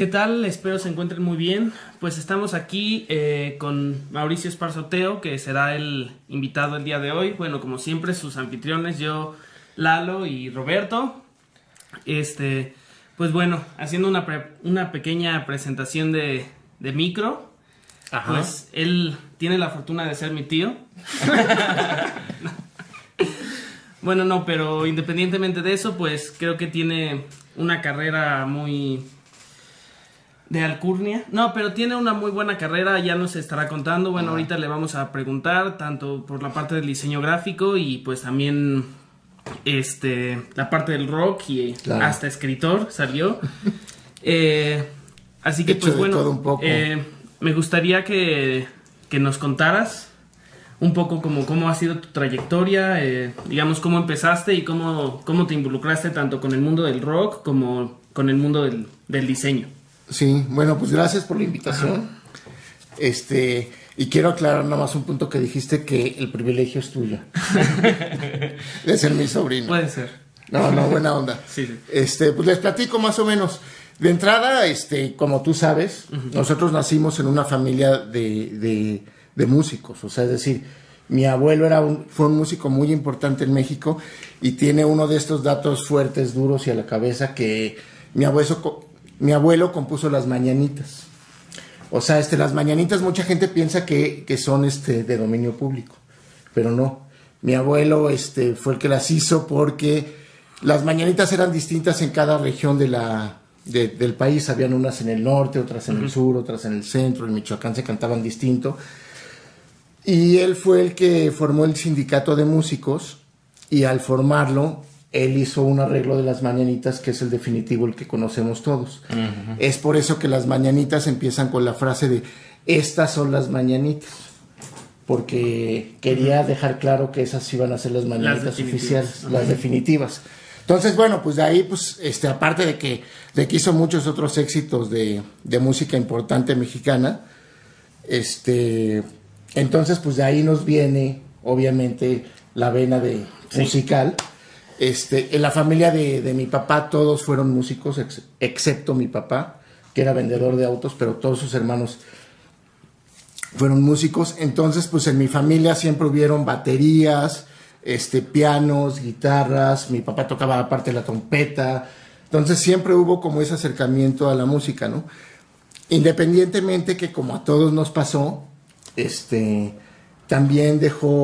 ¿Qué tal? Espero se encuentren muy bien. Pues estamos aquí con Mauricio Esparzoteo, que será el invitado el día de hoy. Bueno, como siempre, sus anfitriones, yo, Lalo y Roberto. Pues bueno, haciendo una pequeña presentación de micro. Ajá. Pues él tiene la fortuna de ser mi tío. Bueno, no, pero independientemente de eso, pues creo que tiene una carrera muy... de alcurnia. No, pero tiene una muy buena carrera, ya nos estará contando. Bueno, ahorita le vamos a preguntar tanto por la parte del diseño gráfico y pues también la parte del rock y claro, hasta escritor salió. Así que pues bueno, me gustaría que nos contaras un poco como cómo ha sido tu trayectoria, digamos cómo empezaste y cómo te involucraste tanto con el mundo del rock como con el mundo del diseño. Sí, bueno, pues gracias por la invitación. Y quiero aclarar nada más un punto que dijiste, que el privilegio es tuyo. De ser mi sobrino. Puede ser. No, buena onda. Sí. Pues les platico más o menos. De entrada, como tú sabes, nosotros nacimos en una familia de músicos. O sea, es decir, mi abuelo fue un músico muy importante en México y tiene uno de estos datos fuertes, duros y a la cabeza, que mi abuelo compuso las mañanitas. O sea, las mañanitas mucha gente piensa que son de dominio público, pero no. Mi abuelo fue el que las hizo porque las mañanitas eran distintas en cada región del país. Habían unas en el norte, otras en el sur, otras en el centro. En Michoacán se cantaban distinto. Y él fue el que formó el sindicato de músicos y al formarlo él hizo un arreglo de las mañanitas que es el definitivo, el que conocemos todos. Es por eso que las mañanitas empiezan con la frase de estas son las mañanitas, porque quería dejar claro que esas iban a ser las mañanitas oficiales, las definitivas. Entonces, bueno, pues de ahí, pues, aparte de que hizo muchos otros éxitos de música importante mexicana, entonces, pues de ahí nos viene, obviamente, la vena musical. En la familia de mi papá todos fueron músicos, excepto mi papá, que era vendedor de autos, pero todos sus hermanos fueron músicos. Entonces, pues en mi familia siempre hubieron baterías, pianos, guitarras. Mi papá tocaba aparte la trompeta. Entonces siempre hubo como ese acercamiento a la música, ¿no? Independientemente que, como a todos nos pasó, también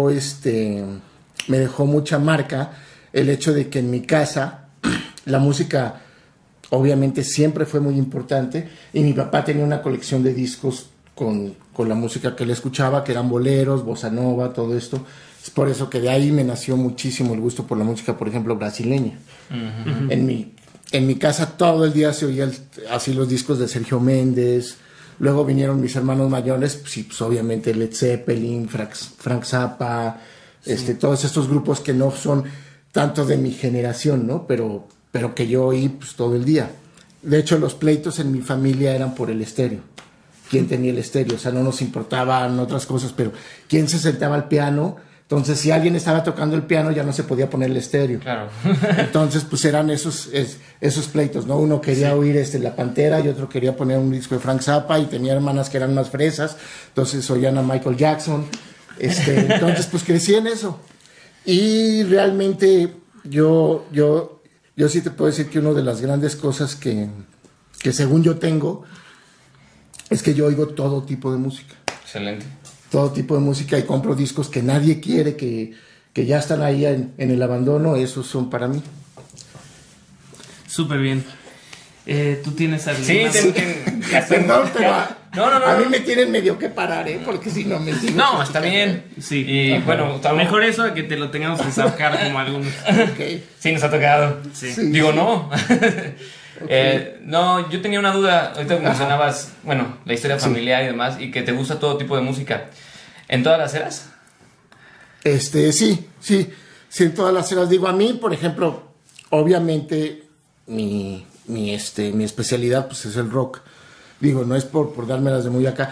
me dejó mucha marca el hecho de que en mi casa la música obviamente siempre fue muy importante y mi papá tenía una colección de discos con la música que él escuchaba, que eran boleros, bossa nova, todo esto. Es por eso que de ahí me nació muchísimo el gusto por la música, por ejemplo, brasileña. En mi casa todo el día se oía así los discos de Sergio Méndez. Luego vinieron mis hermanos mayores, pues obviamente Led Zeppelin, Frank Zappa, todos estos grupos que no son tanto de mi generación, ¿no? Pero que yo oí pues todo el día. De hecho, los pleitos en mi familia eran por el estéreo. ¿Quién tenía el estéreo? O sea, no nos importaban otras cosas, pero ¿quién se sentaba al piano? Entonces, si alguien estaba tocando el piano, ya no se podía poner el estéreo. Claro. Entonces, pues eran esos pleitos, ¿no? Uno quería oír La Pantera y otro quería poner un disco de Frank Zappa y tenía hermanas que eran más fresas, entonces oían a Michael Jackson. Entonces, pues crecí en eso. Y realmente yo sí te puedo decir que una de las grandes cosas que según yo tengo es que yo oigo todo tipo de música. Excelente. Todo tipo de música y compro discos que nadie quiere, que ya están ahí en el abandono. Esos son para mí. Súper bien. ¿Tú tienes alguna? Sí, perdón, pero no. A mí me tienen medio que parar, porque si no me entiendo. No, está bien. Sí. Y bueno, mejor eso a que te lo tengamos que sacar como algunos. Okay. Sí, nos ha tocado. Sí. Digo, no. Okay. No, yo tenía una duda. Ahorita mencionabas, bueno, la historia familiar y demás, y que te gusta todo tipo de música. ¿En todas las eras? Sí, en todas las eras. Digo, a mí, por ejemplo, obviamente mi especialidad pues es el rock. Digo, no es por dármelas de muy acá,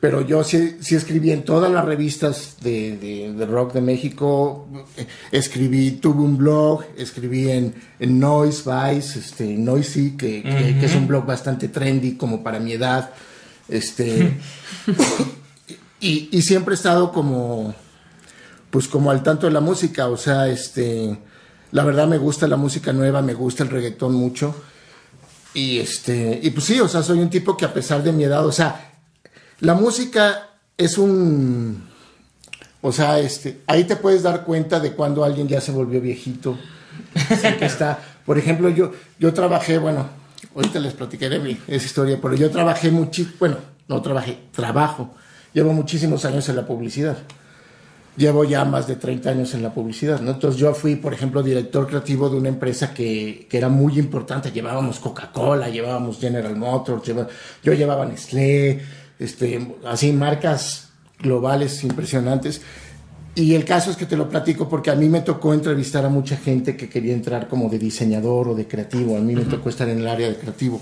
pero yo sí escribí en todas las revistas de rock de México, tuve un blog, escribí en Noise, Vice, Noisy, que es un blog bastante trendy como para mi edad, y siempre he estado como al tanto de la música, o sea, la verdad me gusta la música nueva, me gusta el reggaetón mucho, y pues sí, o sea, soy un tipo que a pesar de mi edad, o sea, la música es o sea, ahí te puedes dar cuenta de cuando alguien ya se volvió viejito. Así que por ejemplo, yo trabajé, bueno, ahorita les platicaré esa historia, pero yo trabajé trabajo. Llevo muchísimos años en la publicidad. Llevo ya más de 30 años en la publicidad, ¿no? Entonces yo fui, por ejemplo, director creativo de una empresa que era muy importante. Llevábamos Coca-Cola, llevábamos General Motors, yo llevaba Nestlé, así marcas globales impresionantes. Y el caso es que te lo platico porque a mí me tocó entrevistar a mucha gente que quería entrar como de diseñador o de creativo. A mí me tocó estar en el área de creativo.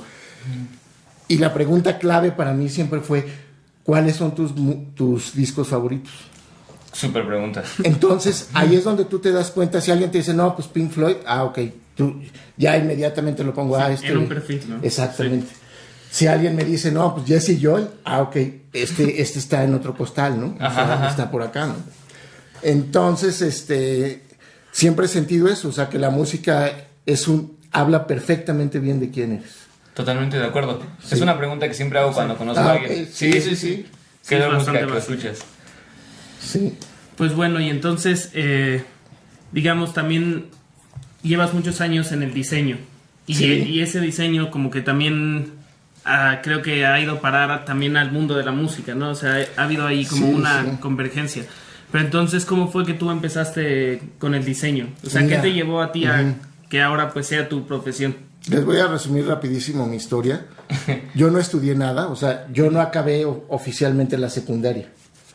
Y la pregunta clave para mí siempre fue, ¿cuáles son tus discos favoritos? Súper pregunta. Entonces, ahí es donde tú te das cuenta. Si alguien te dice, no, pues Pink Floyd, ok, tú ya inmediatamente lo pongo, en un perfil, ¿no? Exactamente. Sí. Si alguien me dice, no, pues Jesse Joy, ok, este está en otro costal, ¿no? Ajá. Está por acá, ¿no? Entonces, siempre he sentido eso, o sea, que la música habla perfectamente bien de quién eres. Totalmente de acuerdo. Sí. Es una pregunta que siempre hago cuando conozco a alguien. Okay. Sí. ¿Qué es la música bastante que escuchas? Sí. Pues bueno, y entonces, digamos, también llevas muchos años en el diseño. Y ese diseño como que también creo que ha ido a parar también al mundo de la música, ¿no? O sea, ha habido ahí como una convergencia. Pero entonces, ¿cómo fue que tú empezaste con el diseño? O sea, ¿qué te llevó a ti a que ahora pues sea tu profesión? Les voy a resumir rapidísimo mi historia. Yo no estudié nada, o sea, yo no acabé oficialmente la secundaria.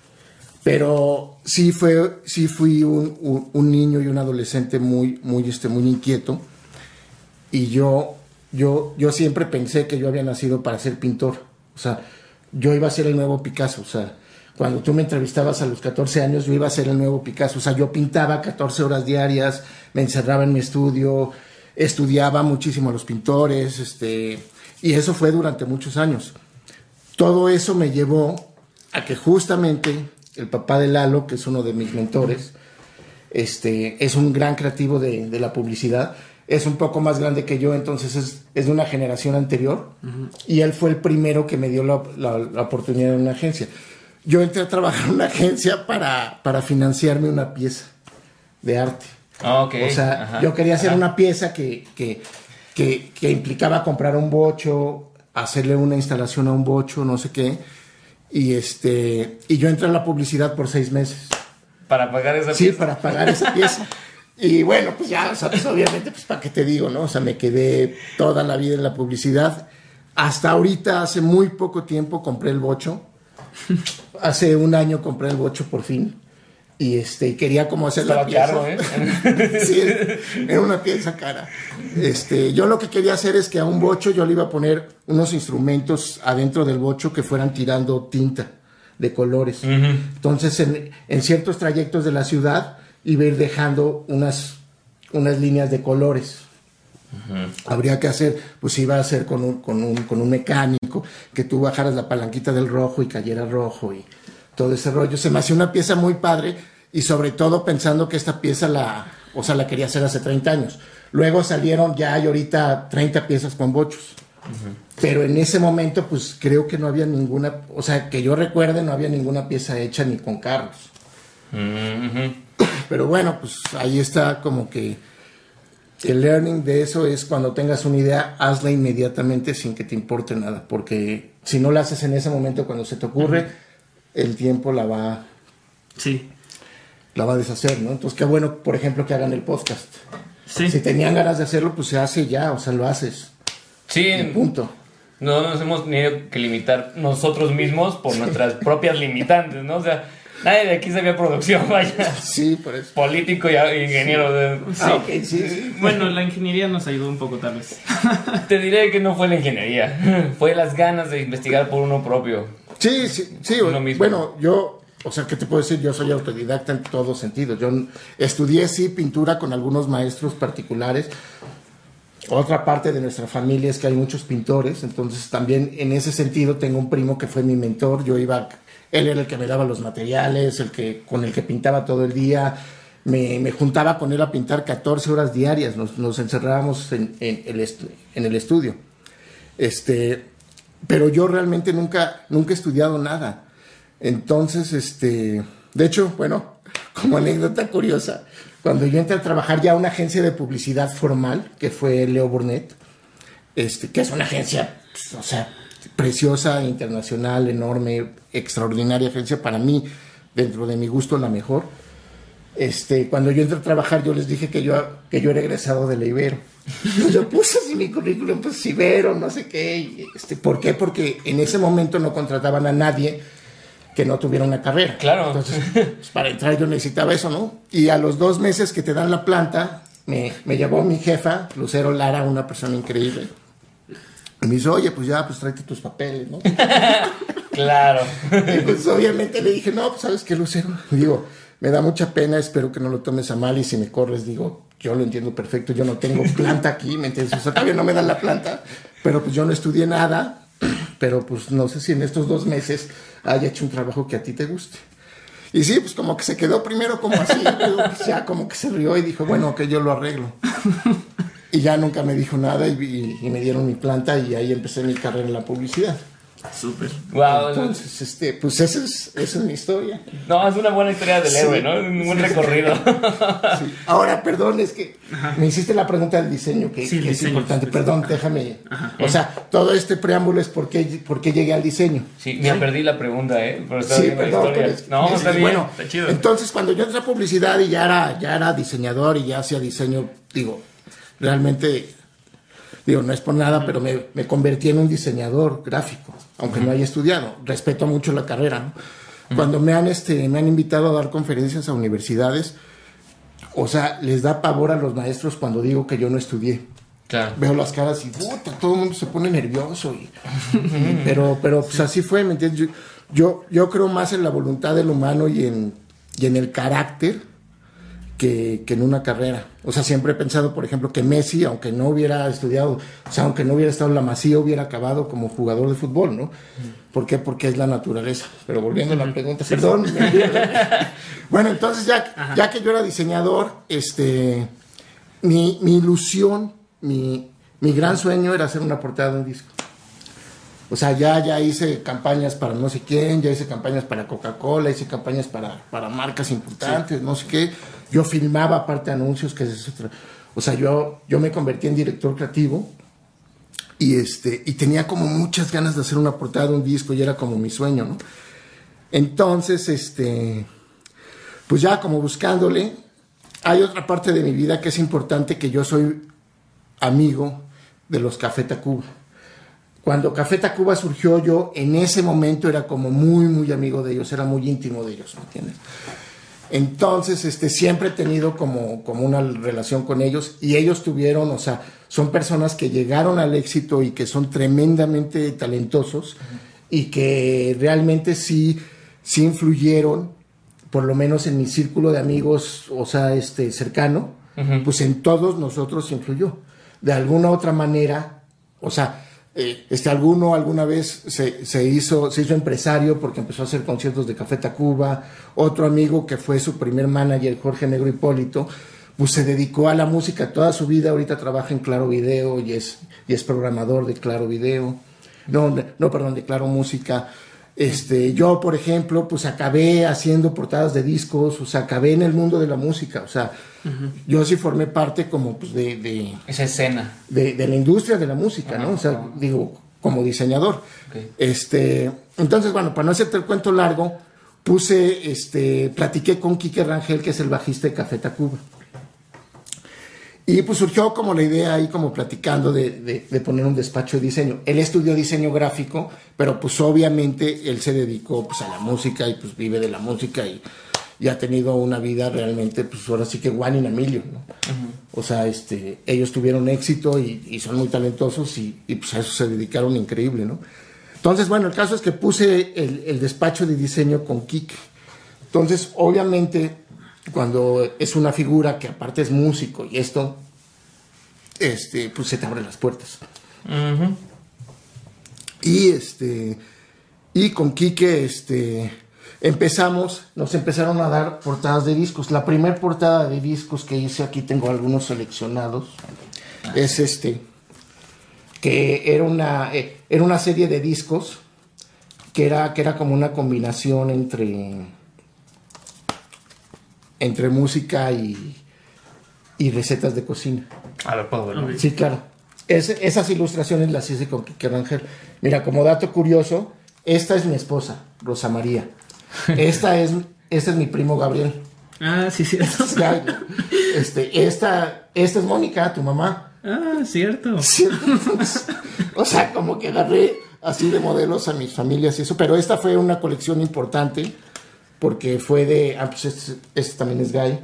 Pero sí fui un niño y un adolescente muy inquieto. Y yo siempre pensé que yo había nacido para ser pintor. O sea, yo iba a ser el nuevo Picasso. O sea, cuando tú me entrevistabas a los 14 años, yo iba a ser el nuevo Picasso. O sea, yo pintaba 14 horas diarias, me encerraba en mi estudio, estudiaba muchísimo a los pintores, y eso fue durante muchos años. Todo eso me llevó a que justamente el papá de Lalo, que es uno de mis mentores, es un gran creativo de la publicidad, es un poco más grande que yo, entonces es de una generación anterior, y él fue el primero que me dio la oportunidad en una agencia. Yo entré a trabajar en una agencia para financiarme una pieza de arte. Okay. O sea, yo quería hacer una pieza que implicaba comprar un bocho, hacerle una instalación a un bocho, no sé qué, y yo entré a la publicidad por 6 meses. ¿Para pagar esa pieza? Sí, para pagar esa pieza. Y bueno, pues ya, o sea, pues obviamente, pues para qué te digo, ¿no? O sea, me quedé toda la vida en la publicidad. Hasta ahorita, hace muy poco tiempo, compré el bocho. Hace un año compré el bocho por fin. Y quería como hacer la pieza. Caro, ¿eh? Sí, era una pieza cara. Yo lo que quería hacer es que a un bocho yo le iba a poner unos instrumentos adentro del bocho que fueran tirando tinta de colores. Entonces, en ciertos trayectos de la ciudad iba a ir dejando unas líneas de colores. Habría que hacer, pues iba a hacer con un mecánico, que tú bajaras la palanquita del rojo y cayera rojo y todo ese rollo. Se me hacía una pieza muy padre, y sobre todo pensando que esta pieza la quería hacer hace 30 años. Luego salieron, ya hay ahorita 30 piezas con bochos. Pero en ese momento, pues creo que no había ninguna, o sea, que yo recuerde, no había ninguna pieza hecha ni con carros. Pero bueno, pues ahí está como que el learning de eso es cuando tengas una idea, hazla inmediatamente sin que te importe nada, porque si no la haces en ese momento cuando se te ocurre, el tiempo la va a deshacer, ¿no? Entonces, qué bueno, por ejemplo, que hagan el podcast. Sí. Si tenían ganas de hacerlo, pues se hace ya, o sea, lo haces. Sí. Y punto. No nos hemos tenido que limitar nosotros mismos por nuestras propias limitantes, ¿no? O sea, nadie de aquí sabía producción, vaya. Sí, por eso. Político y ingeniero. Sí. Sí. Bueno, la ingeniería nos ayudó un poco, tal vez. Te diré que no fue la ingeniería, fue las ganas de investigar por uno propio. Sí, sí, sí. Uno mismo. Bueno, yo, o sea, ¿qué te puedo decir? Yo soy autodidacta en todos sentidos. Yo estudié, sí, pintura con algunos maestros particulares. Otra parte de nuestra familia es que hay muchos pintores, entonces también en ese sentido tengo un primo que fue mi mentor. Él era el que me daba los materiales, con el que pintaba todo el día. Me juntaba con él a pintar 14 horas diarias, nos encerrábamos en el estudio. Pero yo realmente nunca he estudiado nada. Entonces, de hecho, bueno, como anécdota curiosa, cuando yo entré a trabajar ya a una agencia de publicidad formal, que fue Leo Burnett, que es una agencia, pues, o sea, preciosa, internacional, enorme, extraordinaria agencia, para mí, dentro de mi gusto, la mejor. Cuando yo entré a trabajar, yo les dije que yo era egresado de la Ibero. Yo puse así mi currículum, pues Ibero, no sé qué. ¿Por qué? Porque en ese momento no contrataban a nadie que no tuviera una carrera. Claro. Entonces, pues, para entrar yo necesitaba eso, ¿no? Y a los 2 meses que te dan la planta, me llevó mi jefa, Lucero Lara, una persona increíble. Y me dice, oye, pues ya, pues tráete tus papeles, ¿no? Claro. Y pues obviamente le dije, no, pues ¿sabes qué, Lucero? Digo, me da mucha pena, espero que no lo tomes a mal y si me corres, digo, yo lo entiendo perfecto, yo no tengo planta aquí, ¿me entiendes? O sea, todavía no me dan la planta, pero pues yo no estudié nada, pero pues no sé si en estos 2 meses haya hecho un trabajo que a ti te guste. Y sí, pues como que se quedó primero como así, pues ya como que se rió y dijo, bueno, que yo lo arreglo. Y ya nunca me dijo nada y me dieron mi planta y ahí empecé mi carrera en la publicidad. Súper. Wow. Entonces, pues esa es mi historia. No, es una buena historia del héroe, ¿no? Un buen recorrido. Sí. Ahora, perdón, es que me hiciste la pregunta del diseño, que es diseño, importante. sí. Perdón, déjame. O sea, todo este preámbulo es por qué llegué al diseño. Sí, me perdí la pregunta, pero estaba Sí, viendo la perdón, historia. pero No, está bien, bueno, está chido. entonces cuando yo entré a publicidad y ya era diseñador y ya hacía diseño, digo, realmente, digo, no es por nada, pero me convertí en un diseñador gráfico, aunque no haya estudiado. Respeto mucho la carrera, ¿no? Cuando me han invitado a dar conferencias a universidades, o sea, les da pavor a los maestros cuando digo que yo no estudié. Claro. Veo las caras y puta, todo el mundo se pone nervioso. Pero pues así fue, ¿me entiendes? Yo creo más en la voluntad del humano y en el carácter que en una carrera. O sea, siempre he pensado, por ejemplo, que Messi, aunque no hubiera estudiado, o sea, aunque no hubiera estado en la Masía, hubiera acabado como jugador de fútbol, ¿no? ¿Por qué? Porque es la naturaleza. Pero volviendo a la pregunta, perdón. Bueno, entonces ya que yo era diseñador, mi ilusión, mi gran sueño era hacer una portada de un disco. O sea, ya hice campañas para no sé quién, ya hice campañas para Coca-Cola, hice campañas para marcas importantes, no sé qué. Yo filmaba aparte anuncios, que es otra. O sea, yo me convertí en director creativo y tenía como muchas ganas de hacer una portada de un disco y era como mi sueño, ¿no? Entonces, pues ya como buscándole, hay otra parte de mi vida que es importante, que yo soy amigo de los Café Tacuba. Cuando Café Tacuba surgió, yo en ese momento era como muy, muy amigo de ellos, era muy íntimo de ellos, ¿me entiendes? Entonces, siempre he tenido como una relación con ellos y ellos tuvieron, o sea, son personas que llegaron al éxito y que son tremendamente talentosos y que realmente sí influyeron, por lo menos en mi círculo de amigos, o sea, cercano, pues en todos nosotros influyó. De alguna otra manera, o sea, alguno alguna vez se hizo empresario porque empezó a hacer conciertos de Café Tacuba. Otro amigo que fue su primer manager, Jorge Negro Hipólito, pues se dedicó a la música toda su vida. Ahorita trabaja en Claro Video y es programador de Claro Video. Perdón, de Claro Música. Yo, por ejemplo, pues acabé haciendo portadas de discos, o sea, acabé en el mundo de la música, o sea, yo sí formé parte como pues de esa escena de la industria de la música, ¿no? O sea, digo, como diseñador. Okay. Entonces, bueno, para no hacerte el cuento largo, platiqué con Quique Rangel, que es el bajista de Café Tacuba. Y pues surgió como la idea ahí, como platicando de poner un despacho de diseño. Él estudió diseño gráfico, pero pues obviamente él se dedicó pues a la música y pues vive de la música y ha tenido una vida realmente, pues ahora sí que one in a million, ¿no? O sea, ellos tuvieron éxito y son muy talentosos y pues a eso se dedicaron increíble, ¿no? Entonces, bueno, el caso es que puse el despacho de diseño con Quique. Entonces, obviamente, cuando es una figura que aparte es músico y esto, pues se te abren las puertas. Ujú. Y con Quique, nos empezaron a dar portadas de discos. La primera portada de discos que hice, aquí tengo algunos seleccionados, es que era una serie de discos que era como una combinación entre música y recetas de cocina. A ver, puedo verlo. Ok. Sí, claro. Esas ilustraciones las hice con Quique Rangel. Mira, como dato curioso, esta es mi esposa, Rosa María. Este es mi primo Gabriel. Ah, sí, cierto. Ya, esta es Mónica, tu mamá. Ah, cierto. ¿Cierto? O sea, como que agarré así de modelos a mis familias y eso. Pero esta fue una colección importante porque fue de... Ah, pues este también es Guy.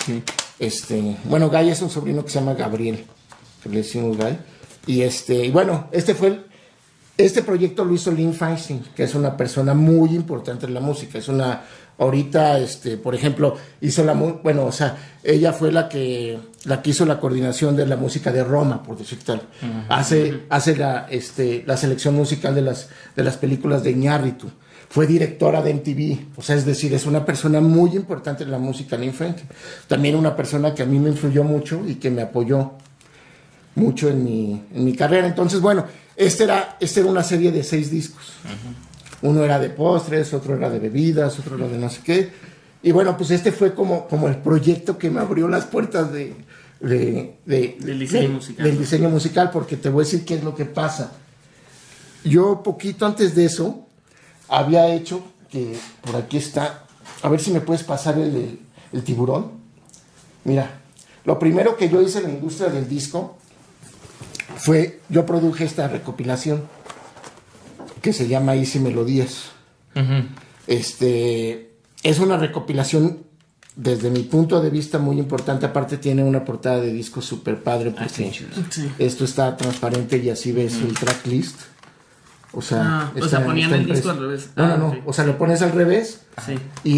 Sí. Bueno, Guy es un sobrino que se llama Gabriel, que le decimos Guy. Y bueno, este proyecto lo hizo Lynn Feinstein, que es una persona muy importante en la música. Es una... Ahorita, por ejemplo, hizo bueno, o sea, ella fue la que hizo la coordinación de la música de Roma, por decir tal. Hace la selección musical de las películas de Iñárritu. Fue directora de MTV, o sea, es decir, es una persona muy importante en la música Lynn Feinstein. También una persona que a mí me influyó mucho y que me apoyó mucho en mi carrera. Entonces, bueno, esta era una serie de 6 discos. Uno era de postres, otro era de bebidas, otro era de no sé qué. Y bueno, pues fue como el proyecto que me abrió las puertas del diseño musical, porque te voy a decir qué es lo que pasa. Yo poquito antes de eso había hecho, que por aquí está, a ver si me puedes pasar el tiburón. Mira, lo primero que yo hice en la industria del disco yo produje esta recopilación que se llama Easy Melodías. Ujú. Es una recopilación desde mi punto de vista muy importante. Aparte tiene una portada de disco súper padre porque Sí. esto está transparente y así ves el tracklist. O sea, ponían el disco impreso. al revés. No. Ok. O sea, lo pones al revés. Sí.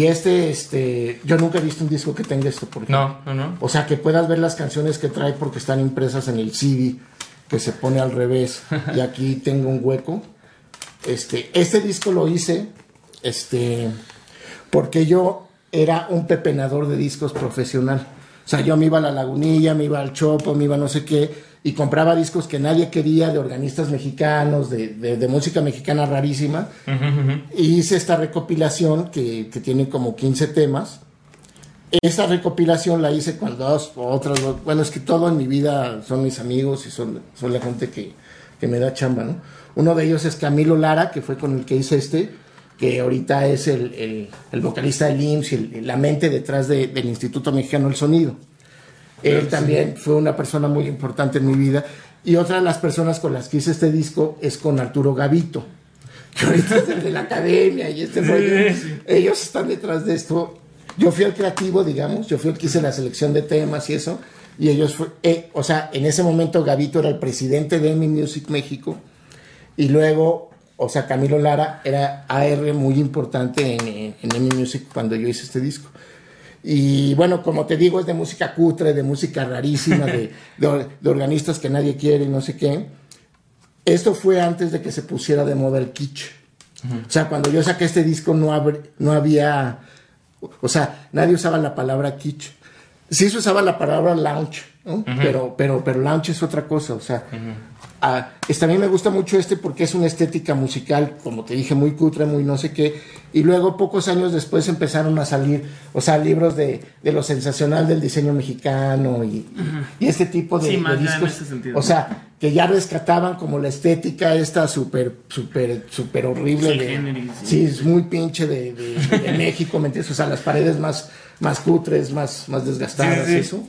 Y yo nunca he visto un disco que tenga esto, por ejemplo. No. O sea, que puedas ver las canciones que trae porque están impresas en el CD, que se pone al revés. Y aquí tengo un hueco. Este disco lo hice, porque yo era un pepenador de discos profesional. O sea, yo me iba a La Lagunilla, me iba al Chopo, me iba a no sé qué, y compraba discos que nadie quería, de organistas mexicanos, de música mexicana rarísima. Y hice esta recopilación que tiene como 15 temas. Esa recopilación la hice con otras, bueno, es que todo en mi vida son mis amigos y son la gente que me da chamba, ¿no? Uno de ellos es Camilo Lara, que fue con el que hice que ahorita es el vocalista del IMSS y la mente detrás del Instituto Mexicano del Sonido. Él también fue una persona muy importante en mi vida. Y otra de las personas con las que hice este disco es con Arturo Gavito, que ahorita es el de la academia y rollo. Sí. Ellos están detrás de esto. Yo fui el creativo, digamos, yo fui el que hice la selección de temas y eso. Y ellos, o sea, en ese momento Gavito era el presidente de EMI Music México. Y luego, o sea, Camilo Lara era AR muy importante en EMI Music cuando yo hice este disco. Y bueno, como te digo, es de música cutre, de música rarísima, de organistas que nadie quiere y no sé qué. Esto fue antes de que se pusiera de moda el kitsch. O sea, cuando yo saqué este disco no había... O sea, nadie usaba la palabra kitsch. Sí se usaba la palabra lounge, ¿no? Pero lounge es otra cosa, o sea... A mí me gusta mucho porque es una estética musical, como te dije, muy cutre, muy no sé qué. Y luego, pocos años después, empezaron a salir, o sea, libros de lo sensacional del diseño mexicano y este tipo de discos. En ese sentido. O sea, que ya rescataban como la estética esta súper horrible. Sí, generis, sí, es muy pinche de México, ¿me entiendes? O sea, las paredes más cutres, más desgastadas, Sí. eso.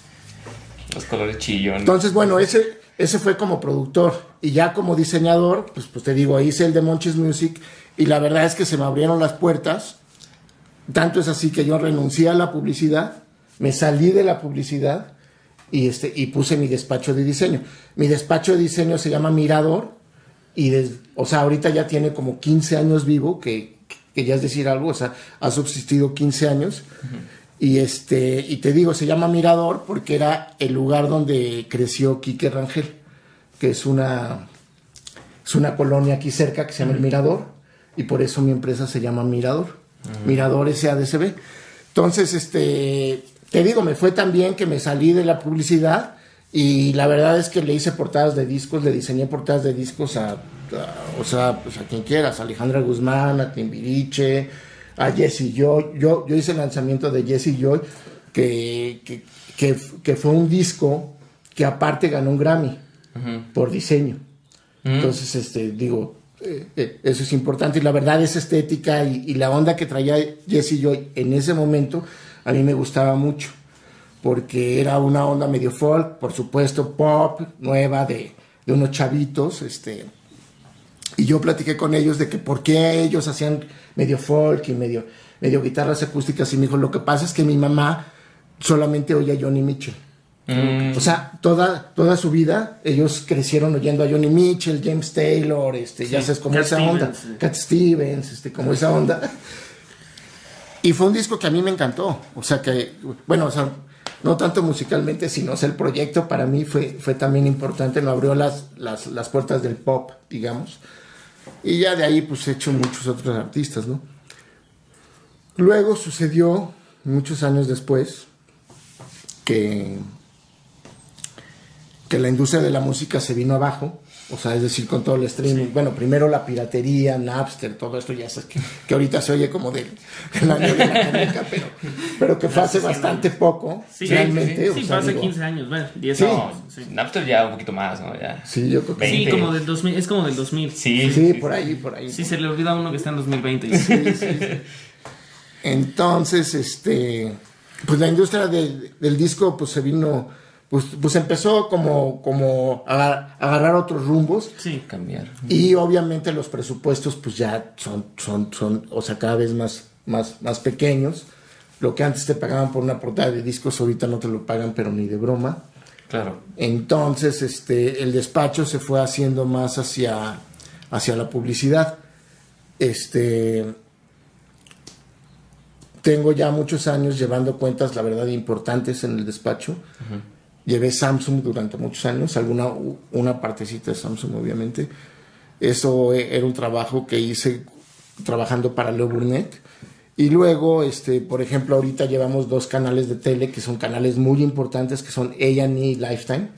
Los colores chillones. Entonces, bueno, ese fue como productor. Y ya como diseñador, pues te digo, hice el de Monchis Music. Y la verdad es que se me abrieron las puertas. Tanto es así que yo renuncié a la publicidad, me salí de la publicidad y puse mi despacho de diseño. Mi despacho de diseño se llama Mirador o sea, ahorita ya tiene como 15 años vivo, que ya es decir algo, o sea, ha subsistido 15 años. Y te digo, se llama Mirador porque era el lugar donde creció Quique Rangel, que es una colonia aquí cerca que se llama El Mirador, y por eso mi empresa se llama Mirador. Mirador SADCB. Entonces, te digo, me fue tan bien que me salí de la publicidad, y la verdad es que le hice portadas de discos, le diseñé portadas de discos a quien quieras, a Alejandra Guzmán, a Timbiriche, a Jesse Joy. Yo hice el lanzamiento de Jesse Joy, que fue un disco que aparte ganó un Grammy por diseño. Entonces, digo, eso es importante, y la verdad es estética, y la onda que traía Jesse Joy en ese momento a mí me gustaba mucho, porque era una onda medio folk, por supuesto pop, nueva, de unos chavitos, y yo platiqué con ellos de que por qué ellos hacían medio folk y medio guitarras acústicas, y me dijo, lo que pasa es que mi mamá solamente oye a Johnny Mitchell. O sea, toda su vida ellos crecieron oyendo a Johnny Mitchell, James Taylor, ya sabes, como esa onda, Cat Stevens, como esa onda. Y fue un disco que a mí me encantó, o sea que, bueno, o sea, no tanto musicalmente, sino, o sea, el proyecto para mí fue también importante, me abrió las puertas del pop, digamos, y ya de ahí pues he hecho muchos otros artistas, ¿no? Luego sucedió, muchos años después, que la industria de la música se vino abajo, o sea, es decir, con todo el streaming. Bueno, primero la piratería, Napster, todo esto, ya sabes que ahorita se oye como del año de la comedia, pero que fue hace bastante poco, realmente. Sí, fue hace 15 años, bueno, 10 años. No, sí. Napster ya un poquito más, ¿no? Ya. Sí, yo creo que 20. Sí, como del 2000, es como del 2000. Sí, por ahí. Sí, se le olvida a uno que está en 2020. Sí. Entonces, pues la industria del disco, pues se vino... Pues empezó como a agarrar otros rumbos. Sí, cambiar. Y obviamente los presupuestos pues ya son o sea, cada vez más pequeños. Lo que antes te pagaban por una portada de discos, ahorita no te lo pagan, pero ni de broma. Claro. Entonces, el despacho se fue haciendo más hacia la publicidad. Tengo ya muchos años llevando cuentas, la verdad, importantes en el despacho. Llevé Samsung durante muchos años, una partecita de Samsung, obviamente. Eso era un trabajo que hice trabajando para Leo Burnett. Y luego, por ejemplo, ahorita llevamos 2 canales de tele que son canales muy importantes, que son A&E y Lifetime.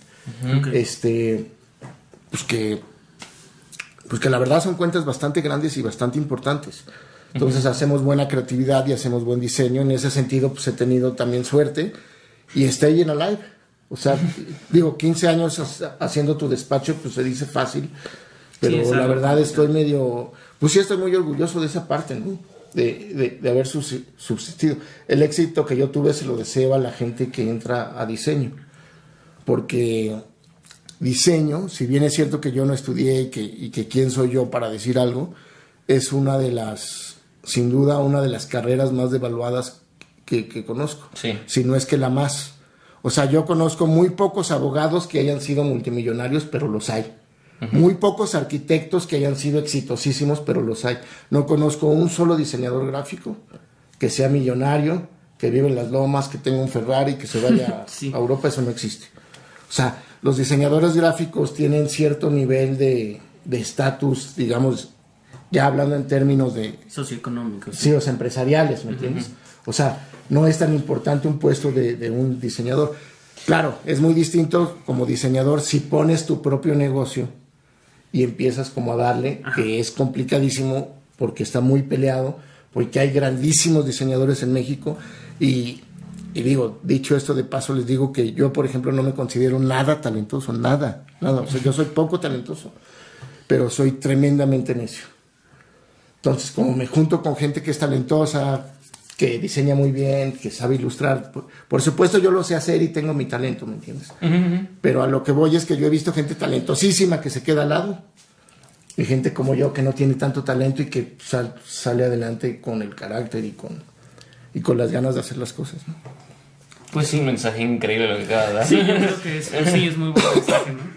Pues que la verdad son cuentas bastante grandes y bastante importantes. Entonces hacemos buena creatividad y hacemos buen diseño. En ese sentido, pues he tenido también suerte. Y Stay in Alive. O sea, digo, 15 años haciendo tu despacho, pues se dice fácil, pero sí, la verdad estoy estoy muy orgulloso de esa parte, ¿no? De haber subsistido. El éxito que yo tuve se lo deseo a la gente que entra a diseño, porque diseño, si bien es cierto que yo no estudié y que quién soy yo para decir algo, es sin duda una de las carreras más devaluadas que conozco, si no es que la más. O sea, yo conozco muy pocos abogados que hayan sido multimillonarios, pero los hay. Muy pocos arquitectos que hayan sido exitosísimos, pero los hay. No conozco un solo diseñador gráfico que sea millonario, que vive en las lomas, que tenga un Ferrari, que se vaya a Europa. Eso no existe. O sea, los diseñadores gráficos tienen cierto nivel de estatus, digamos, ya hablando en términos de... socioeconómicos. Sí, o sea, empresariales, ¿me entiendes? O sea, no es tan importante un puesto de un diseñador. Claro, es muy distinto como diseñador si pones tu propio negocio y empiezas como a darle, que es complicadísimo porque está muy peleado, porque hay grandísimos diseñadores en México y digo, dicho esto de paso, les digo que yo, por ejemplo, no me considero nada talentoso, nada. O sea, yo soy poco talentoso, pero soy tremendamente necio. Entonces, como me junto con gente que es talentosa, que diseña muy bien, que sabe ilustrar. Por supuesto yo lo sé hacer y tengo mi talento, ¿me entiendes? Pero a lo que voy es que yo he visto gente talentosísima que se queda al lado y gente como yo que no tiene tanto talento y que sale adelante con el carácter y con las ganas de hacer las cosas, ¿no? Pues es un mensaje increíble lo que acaba de dar. Sí, yo creo que es muy buen mensaje, ¿no?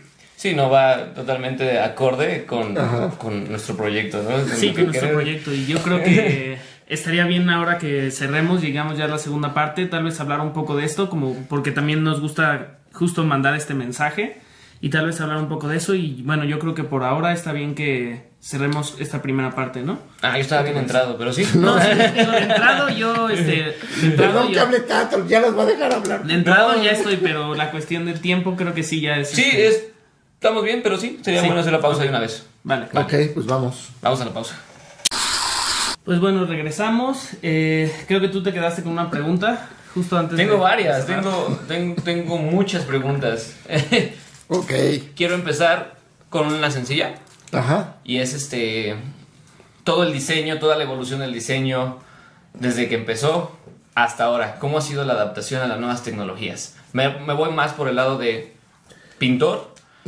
Sí, no va totalmente de acorde con nuestro proyecto, ¿no? Sí, con nuestro proyecto. Y yo creo que estaría bien ahora que cerremos, llegamos ya a la segunda parte, tal vez hablar un poco de esto, como porque también nos gusta justo mandar este mensaje y tal vez hablar un poco de eso. Y bueno, yo creo que por ahora está bien que cerremos esta primera parte, ¿no? Yo estaba bien entrado, pero sí. No, sí, de entrado yo, Perdón que hable tanto, ya los voy a dejar hablar. De entrado ya estoy, pero la cuestión del tiempo creo que sí ya es... Sí, estamos bien, pero sí, sería bueno hacer la pausa de una vez. Vale. Ok, pues vamos. Vamos a la pausa. Pues bueno, regresamos. Creo que tú te quedaste con una pregunta justo antes. Tengo varias, tengo muchas preguntas. Ok. Quiero empezar con una sencilla. Ajá. Y es todo el diseño, toda la evolución del diseño desde que empezó hasta ahora. ¿Cómo ha sido la adaptación a las nuevas tecnologías? Me voy más por el lado de pintor.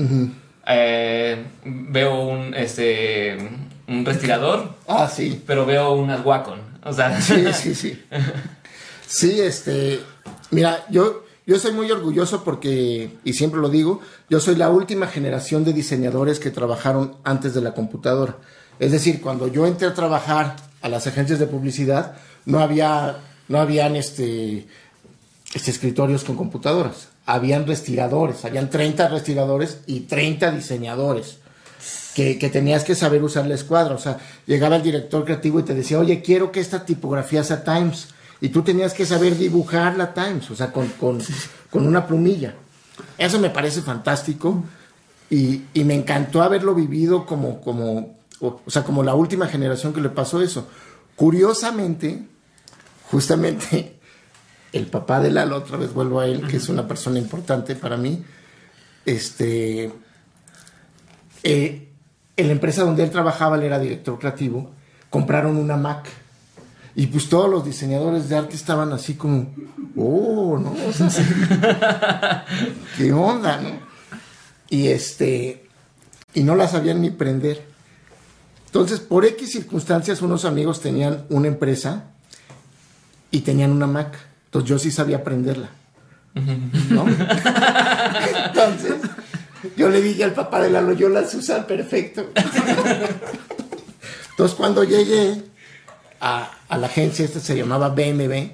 Veo un respirador. Sí. Pero veo unas Wacom. O sea. Sí. Sí, mira, yo soy muy orgulloso porque, y siempre lo digo, yo soy la última generación de diseñadores que trabajaron antes de la computadora. Es decir, cuando yo entré a trabajar a las agencias de publicidad, no habían escritorios con computadoras. Habían respiradores, habían 30 respiradores y 30 diseñadores que tenías que saber usar la escuadra. O sea, llegaba el director creativo y te decía, oye, quiero que esta tipografía sea Times. Y tú tenías que saber dibujar la Times, o sea, con una plumilla. Eso me parece fantástico y me encantó haberlo vivido como la última generación que le pasó eso. Curiosamente, justamente, el papá de Lalo, otra vez vuelvo a él, que es una persona importante para mí, en la empresa donde él trabajaba, él era director creativo, compraron una Mac. Y pues todos los diseñadores de arte estaban así como, ¿no? O sea, ¿qué onda, no? Y y no la sabían ni prender. Entonces, por X circunstancias, unos amigos tenían una empresa y tenían una Mac. Entonces, yo sí sabía prenderla, ¿no? Entonces, yo le dije al papá de Lalo, yo la sé usar perfecto. Entonces, cuando llegué a la agencia, se llamaba BMW,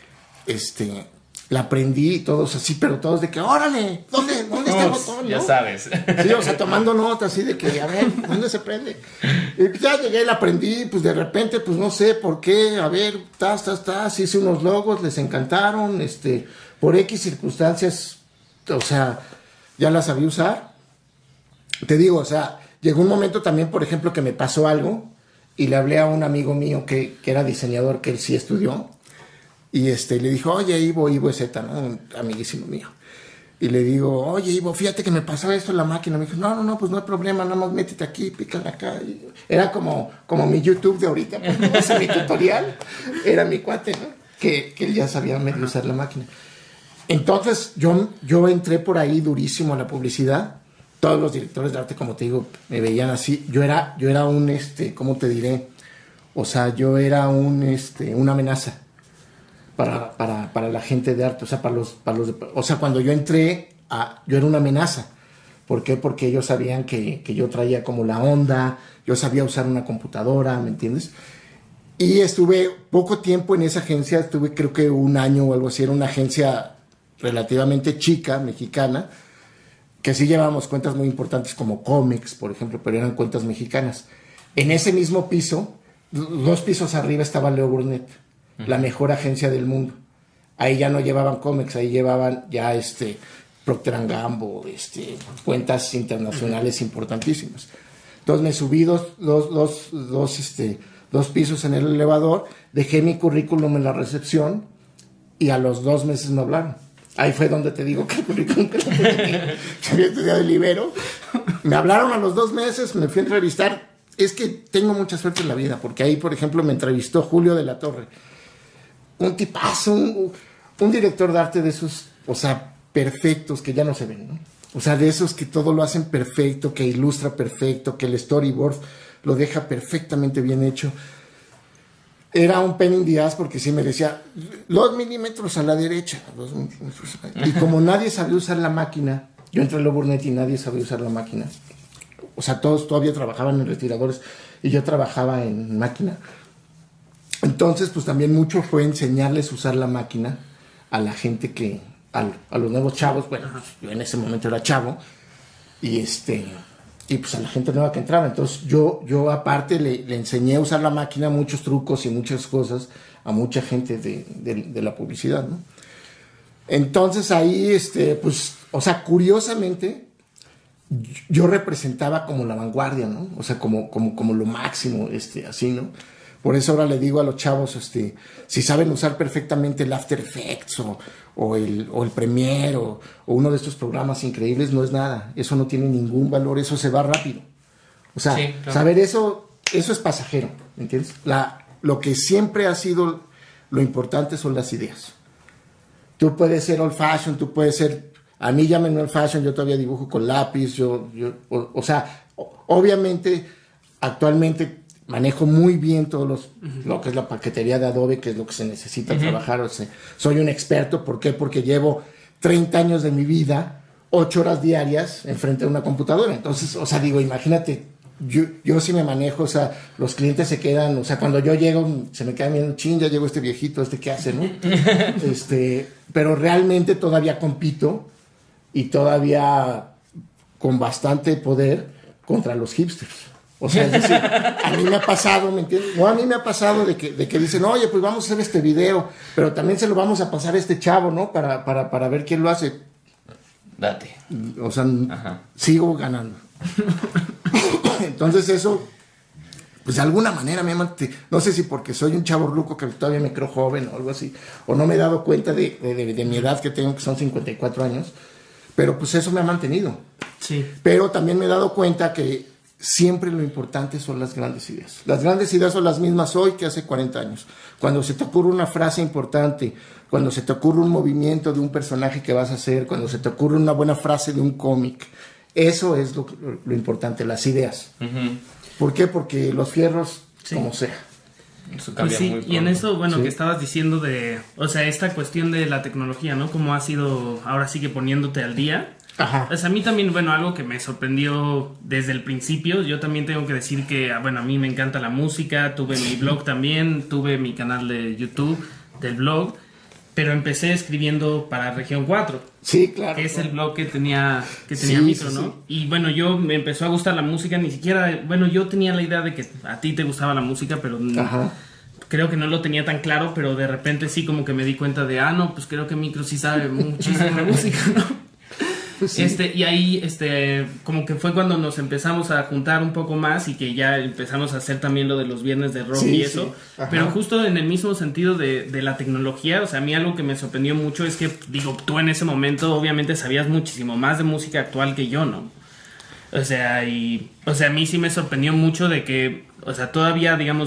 la aprendí y todos así, pero todos de que, órale, ¿dónde está el botón? Ya ¿no? sabes. Sí, o sea, tomando notas así de que, a ver, ¿dónde se prende? Y ya llegué, la aprendí, pues de repente, pues no sé por qué, a ver, hice unos logos, les encantaron, por X circunstancias, o sea, ya la sabía usar. Te digo, o sea, llegó un momento también, por ejemplo, que me pasó algo, y le hablé a un amigo mío que era diseñador, que él sí estudió, y le dijo, oye, Ivo es Z, ¿no? Un amiguísimo mío. Y le digo, oye, Ivo, fíjate que me pasó esto en la máquina. Me dijo, no, pues no hay problema, nada más métete aquí, pícale acá. Y era como mi YouTube de ahorita, porque no sé, mi tutorial era mi cuate, ¿no? Que él ya sabía medio usar la máquina. Entonces, yo entré por ahí durísimo a la publicidad. Todos los directores de arte, como te digo, me veían así. Yo era un, ¿cómo te diré? O sea, yo era una amenaza para la gente de arte. O sea, o sea, cuando yo entré, yo era una amenaza. ¿Por qué? Porque ellos sabían que yo traía como la onda, yo sabía usar una computadora, ¿me entiendes? Y estuve poco tiempo en esa agencia, estuve creo que un año o algo así. Era una agencia relativamente chica, mexicana, que sí llevábamos cuentas muy importantes como cómics, por ejemplo, pero eran cuentas mexicanas. En ese mismo piso, 2 pisos arriba, estaba Leo Burnett, la mejor agencia del mundo. Ahí ya no llevaban cómics, ahí llevaban ya Procter & Gamble, cuentas internacionales importantísimas. Entonces me subí dos pisos en el elevador, dejé mi currículum en la recepción y a los 2 meses me hablaron. Ahí fue donde te digo que el currículum que había estudiado el Ibero. Me hablaron a los 2 meses, me fui a entrevistar. Es que tengo mucha suerte en la vida, porque ahí, por ejemplo, me entrevistó Julio de la Torre. Un tipazo, un director de arte de esos, o sea, perfectos, que ya no se ven, ¿no? O sea, de esos que todo lo hacen perfecto, que ilustra perfecto, que el storyboard lo deja perfectamente bien hecho. Era un pain in the ass porque sí me decía 2 milímetros a la derecha, 2 milímetros. Y como nadie sabía usar la máquina, Yo entré al Lobo Burnett y nadie sabía usar la máquina. O sea, todos todavía trabajaban en respiradores y yo trabajaba en máquina. Entonces, pues también mucho fue enseñarles a usar la máquina a la gente que, a los nuevos chavos. Bueno, yo en ese momento era chavo y pues a la gente nueva que entraba. Entonces yo aparte le enseñé a usar la máquina, muchos trucos y muchas cosas a mucha gente de la publicidad, ¿no? Entonces ahí, pues, o sea, curiosamente, yo representaba como la vanguardia, ¿no? O sea, como lo máximo, así, ¿no? Por eso ahora le digo a los chavos, si saben usar perfectamente el After Effects o el Premiere o uno de estos programas increíbles, no es nada. Eso no tiene ningún valor, eso se va rápido. O sea, sí, claro. Saber eso es pasajero, ¿entiendes? Lo que siempre ha sido lo importante son las ideas. Tú puedes ser old fashion, tú puedes ser... A mí llámenme old fashion, yo todavía dibujo con lápiz, o sea, obviamente, actualmente manejo muy bien lo que es la paquetería de Adobe, que es lo que se necesita trabajar. O sea, soy un experto, ¿por qué? Porque llevo 30 años de mi vida, 8 horas diarias, enfrente de una computadora. Entonces, o sea, digo, imagínate, yo sí me manejo, o sea, los clientes se quedan, o sea, cuando yo llego, se me quedan viendo, ya llegó este viejito, ¿qué hace, no? Pero realmente todavía compito y todavía con bastante poder contra los hipsters. O sea, es decir, a mí me ha pasado, ¿me entiendes? No, a mí me ha pasado de que dicen, oye, pues vamos a hacer este video, pero también se lo vamos a pasar a este chavo, ¿no? Para ver quién lo hace. Date. O sea, sigo ganando. Entonces eso, pues de alguna manera no sé si porque soy un chavo ruco que todavía me creo joven o algo así, o no me he dado cuenta de mi edad que tengo, que son 54 años, pero pues eso me ha mantenido. Sí. Pero también me he dado cuenta que siempre lo importante son las grandes ideas. Las grandes ideas son las mismas hoy que hace 40 años. Cuando se te ocurre una frase importante, cuando se te ocurre un movimiento de un personaje que vas a hacer, cuando se te ocurre una buena frase de un cómic, eso es lo importante, las ideas. ¿Por qué? Porque los fierros, como sea. Eso cambia pues sí, muy pronto. y en eso, bueno, que estabas diciendo o sea, esta cuestión de la tecnología, ¿no? Cómo has ido ahora sí que poniéndote al día. Ajá. Pues a mí también, bueno, algo que me sorprendió desde el principio, yo también tengo que decir que, bueno, a mí me encanta la música, tuve mi blog también, tuve mi canal de YouTube del blog, pero empecé escribiendo para Región 4. Sí, claro. Que es el blog que tenía Sí, Mitro, sí, ¿no? sí. Y bueno, me empezó a gustar la música, ni siquiera, bueno, yo tenía la idea de que a ti te gustaba la música, pero creo que no lo tenía tan claro, pero de repente sí como que me di cuenta de, no, pues creo que Micro sí sabe muchísimo de música, ¿no? Sí. Y ahí como que fue cuando nos empezamos a juntar un poco más y que ya empezamos a hacer también lo de los viernes de rock y eso, pero justo en el mismo sentido de la tecnología. O sea, a mí algo que me sorprendió mucho es que, digo, tú en ese momento obviamente sabías muchísimo más de música actual que yo, ¿no? O sea, a mí sí me sorprendió mucho de que, o sea, todavía, digamos,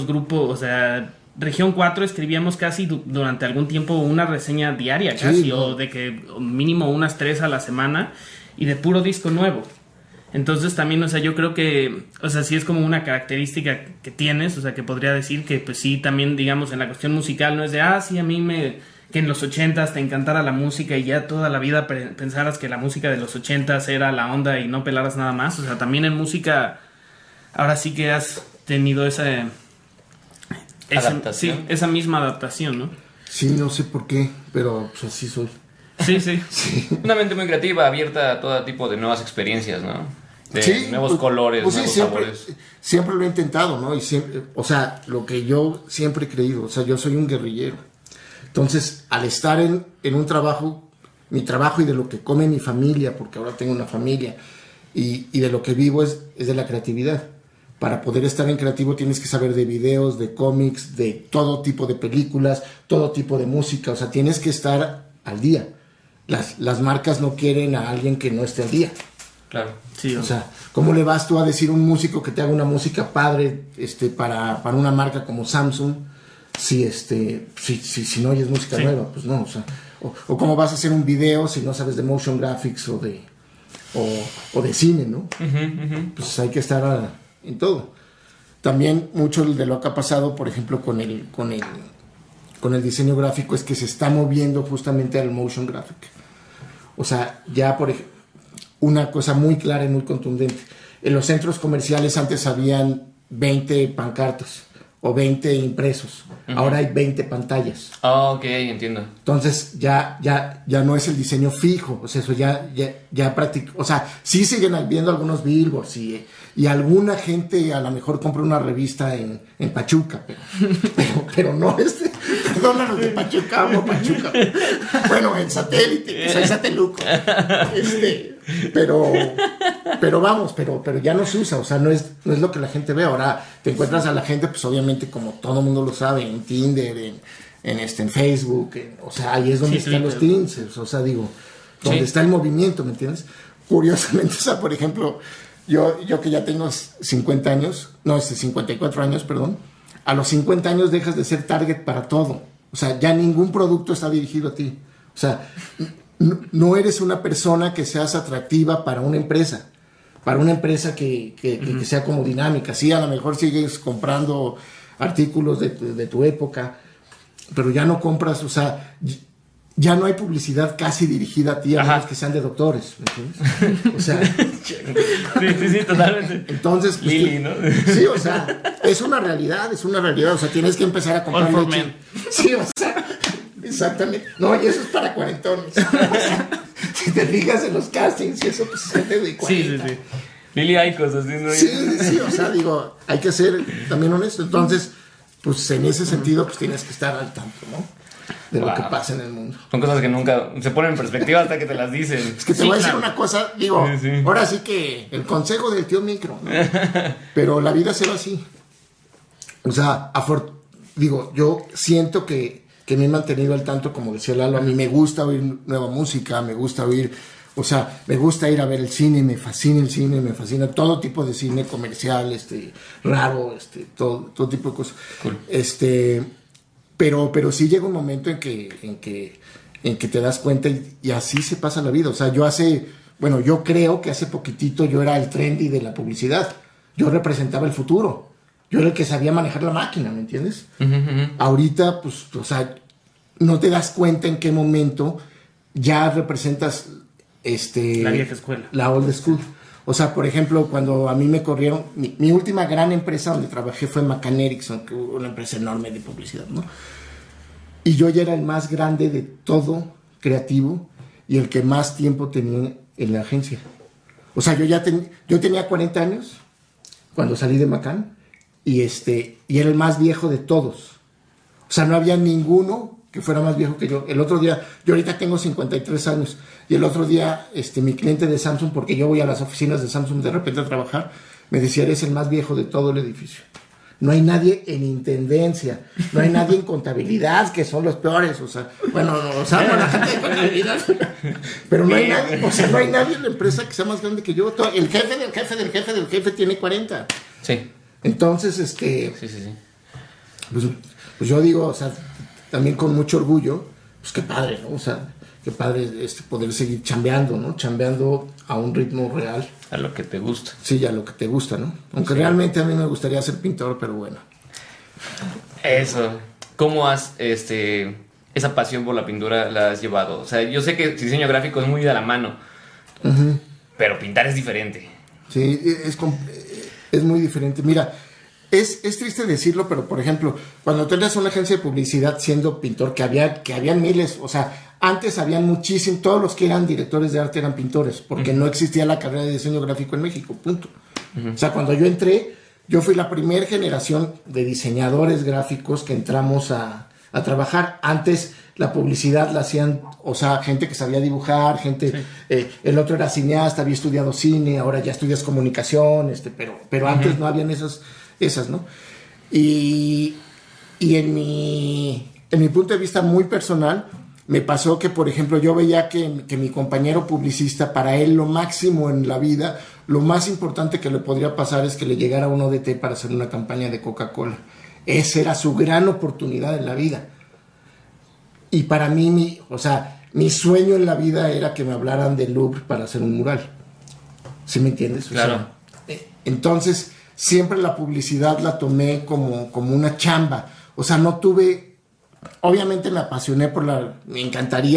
Región 4 escribíamos casi durante algún tiempo una reseña diaria casi, o de que mínimo unas 3 a la semana y de puro disco nuevo. Entonces también, o sea, yo creo que, o sea, sí es como una característica que tienes, o sea, que podría decir que pues sí, también, digamos, en la cuestión musical no es de, sí, a mí que en los 80s te encantara la música y ya toda la vida pensaras que la música de los 80s era la onda y no pelaras nada más. O sea, también en música ahora sí que has tenido esa misma adaptación, ¿no? Sí, no sé por qué, pero pues así soy. Sí. Una mente muy creativa, abierta a todo tipo de nuevas experiencias, ¿no? De nuevos colores, nuevos sabores. Siempre lo he intentado, ¿no? Y siempre, o sea, lo que yo siempre he creído, o sea, yo soy un guerrillero. Entonces, al estar en un trabajo, mi trabajo y de lo que come mi familia, porque ahora tengo una familia, y de lo que vivo es de la creatividad. Para poder estar en creativo tienes que saber de videos, de cómics, de todo tipo de películas, todo tipo de música. O sea, tienes que estar al día. Las marcas no quieren a alguien que no esté al día. Claro. Sí, o sea, ¿cómo le vas tú a decir a un músico que te haga una música padre para una marca como Samsung si no oyes música nueva? Pues no, o sea, o cómo vas a hacer un video si no sabes de motion graphics o de cine, ¿no? Pues hay que estar en todo. También mucho de lo que ha pasado, por ejemplo, con el diseño gráfico es que se está moviendo justamente al motion graphic. O sea, ya una cosa muy clara y muy contundente. En los centros comerciales antes habían 20 pancartas o 20 impresos. Ahora hay 20 pantallas. Ok, entiendo. Entonces ya no es el diseño fijo, o sea, eso ya o sea, sí siguen viendo algunos billboards y alguna gente a lo mejor compra una revista en Pachuca, pero no perdón a los de Pachuca, amo Pachuca. Bueno, en satélite, que soy sateluco. Pero vamos, pero ya no se usa, o sea, no es lo que la gente ve. Ahora te encuentras a la gente, pues obviamente como todo el mundo lo sabe, en Tinder, en Facebook, o sea, ahí es donde están los teens, o sea, digo, donde está el movimiento, ¿me entiendes? Curiosamente, o sea, por ejemplo, yo que ya tengo 50 años, 54 años, perdón, a los 50 años dejas de ser target para todo, o sea, ya ningún producto está dirigido a ti, o sea, no eres una persona que seas atractiva para una empresa que sea como dinámica. Sí, a lo mejor sigues comprando artículos de tu época, pero ya no compras, o sea, ya no hay publicidad casi dirigida a ti, a menos que sean de doctores, ¿me entiendes? O sea, sí, totalmente. Entonces, pues, Lili, ¿no? Sí, o sea, es una realidad, o sea, tienes que empezar a comprar leche. Sí, o sea, exactamente. No, y eso es para cuarentones. O sea, si te fijas en los castings y eso, pues es gente de 40. Sí. Lili hay cosas, ¿no? Sí, o sea, digo, hay que ser también honesto. Entonces, pues en ese sentido, pues tienes que estar al tanto, ¿no? De lo que pasa en el mundo. Son cosas que nunca se ponen en perspectiva hasta que te las dicen. Es que te voy a decir una cosa, digo, ahora sí que el consejo del tío Micro, ¿no? Pero la vida se va así. O sea, digo, yo siento que me he mantenido al tanto, como decía Lalo, a mí me gusta oír nueva música, me gusta oír, o sea, me gusta ir a ver el cine, me fascina el cine, me fascina todo tipo de cine comercial, raro, todo tipo de cosas. Cool. Pero sí llega un momento en que te das cuenta y así se pasa la vida. O sea, yo creo que hace poquitito yo era el trendy de la publicidad. Yo representaba el futuro. Yo era el que sabía manejar la máquina, ¿me entiendes? Ahorita, pues, o sea, no te das cuenta en qué momento ya representas la vieja escuela. La old school. O sea, por ejemplo, cuando a mí me corrieron, mi última gran empresa donde trabajé fue McCann Erickson, que fue una empresa enorme de publicidad, ¿no? Y yo ya era el más grande de todo creativo y el que más tiempo tenía en la agencia. O sea, yo tenía 40 años cuando salí de McCann y era el más viejo de todos. O sea, no había ninguno que fuera más viejo que yo. El otro día, yo ahorita tengo 53 años, y el otro día mi cliente de Samsung, porque yo voy a las oficinas de Samsung de repente a trabajar, me decía, eres el más viejo de todo el edificio. No hay nadie en intendencia, no hay nadie en contabilidad, que son los peores, o sea, bueno, la gente de contabilidad, pero no hay nadie, o sea, no hay nadie en la empresa que sea más grande que yo. El jefe del jefe del jefe del jefe tiene 40. Sí. Entonces, Sí. Pues yo digo, o sea, también con mucho orgullo, pues qué padre, ¿no? O sea, qué padre poder seguir chambeando, ¿no? Chambeando a un ritmo real. A lo que te gusta. Sí, a lo que te gusta, ¿no? Aunque realmente a mí me gustaría ser pintor, pero bueno. Eso. ¿Cómo has, esa pasión por la pintura la has llevado? O sea, yo sé que diseño gráfico es muy de la mano, pero pintar es diferente. Sí, es muy diferente. Mira, es triste decirlo, pero por ejemplo, cuando tú entras a una agencia de publicidad siendo pintor, que habían miles, o sea, antes habían muchísimos, todos los que eran directores de arte eran pintores, porque no existía la carrera de diseño gráfico en México, punto. O sea, cuando yo entré, yo fui la primera generación de diseñadores gráficos que entramos a trabajar. Antes la publicidad la hacían, o sea, gente que sabía dibujar, el otro era cineasta, había estudiado cine, ahora ya estudias comunicación, pero antes no habían esas, ¿no? Y en mi punto de vista muy personal, me pasó que, por ejemplo, yo veía que mi compañero publicista, para él lo máximo en la vida, lo más importante que le podría pasar es que le llegara un ODT para hacer una campaña de Coca-Cola. Esa era su gran oportunidad en la vida. Y para mí, mi sueño en la vida era que me hablaran del Louvre para hacer un mural. ¿Sí me entiendes? Claro. Entonces, siempre la publicidad la tomé como una chamba. O sea, no tuve... Obviamente me apasioné me encantaría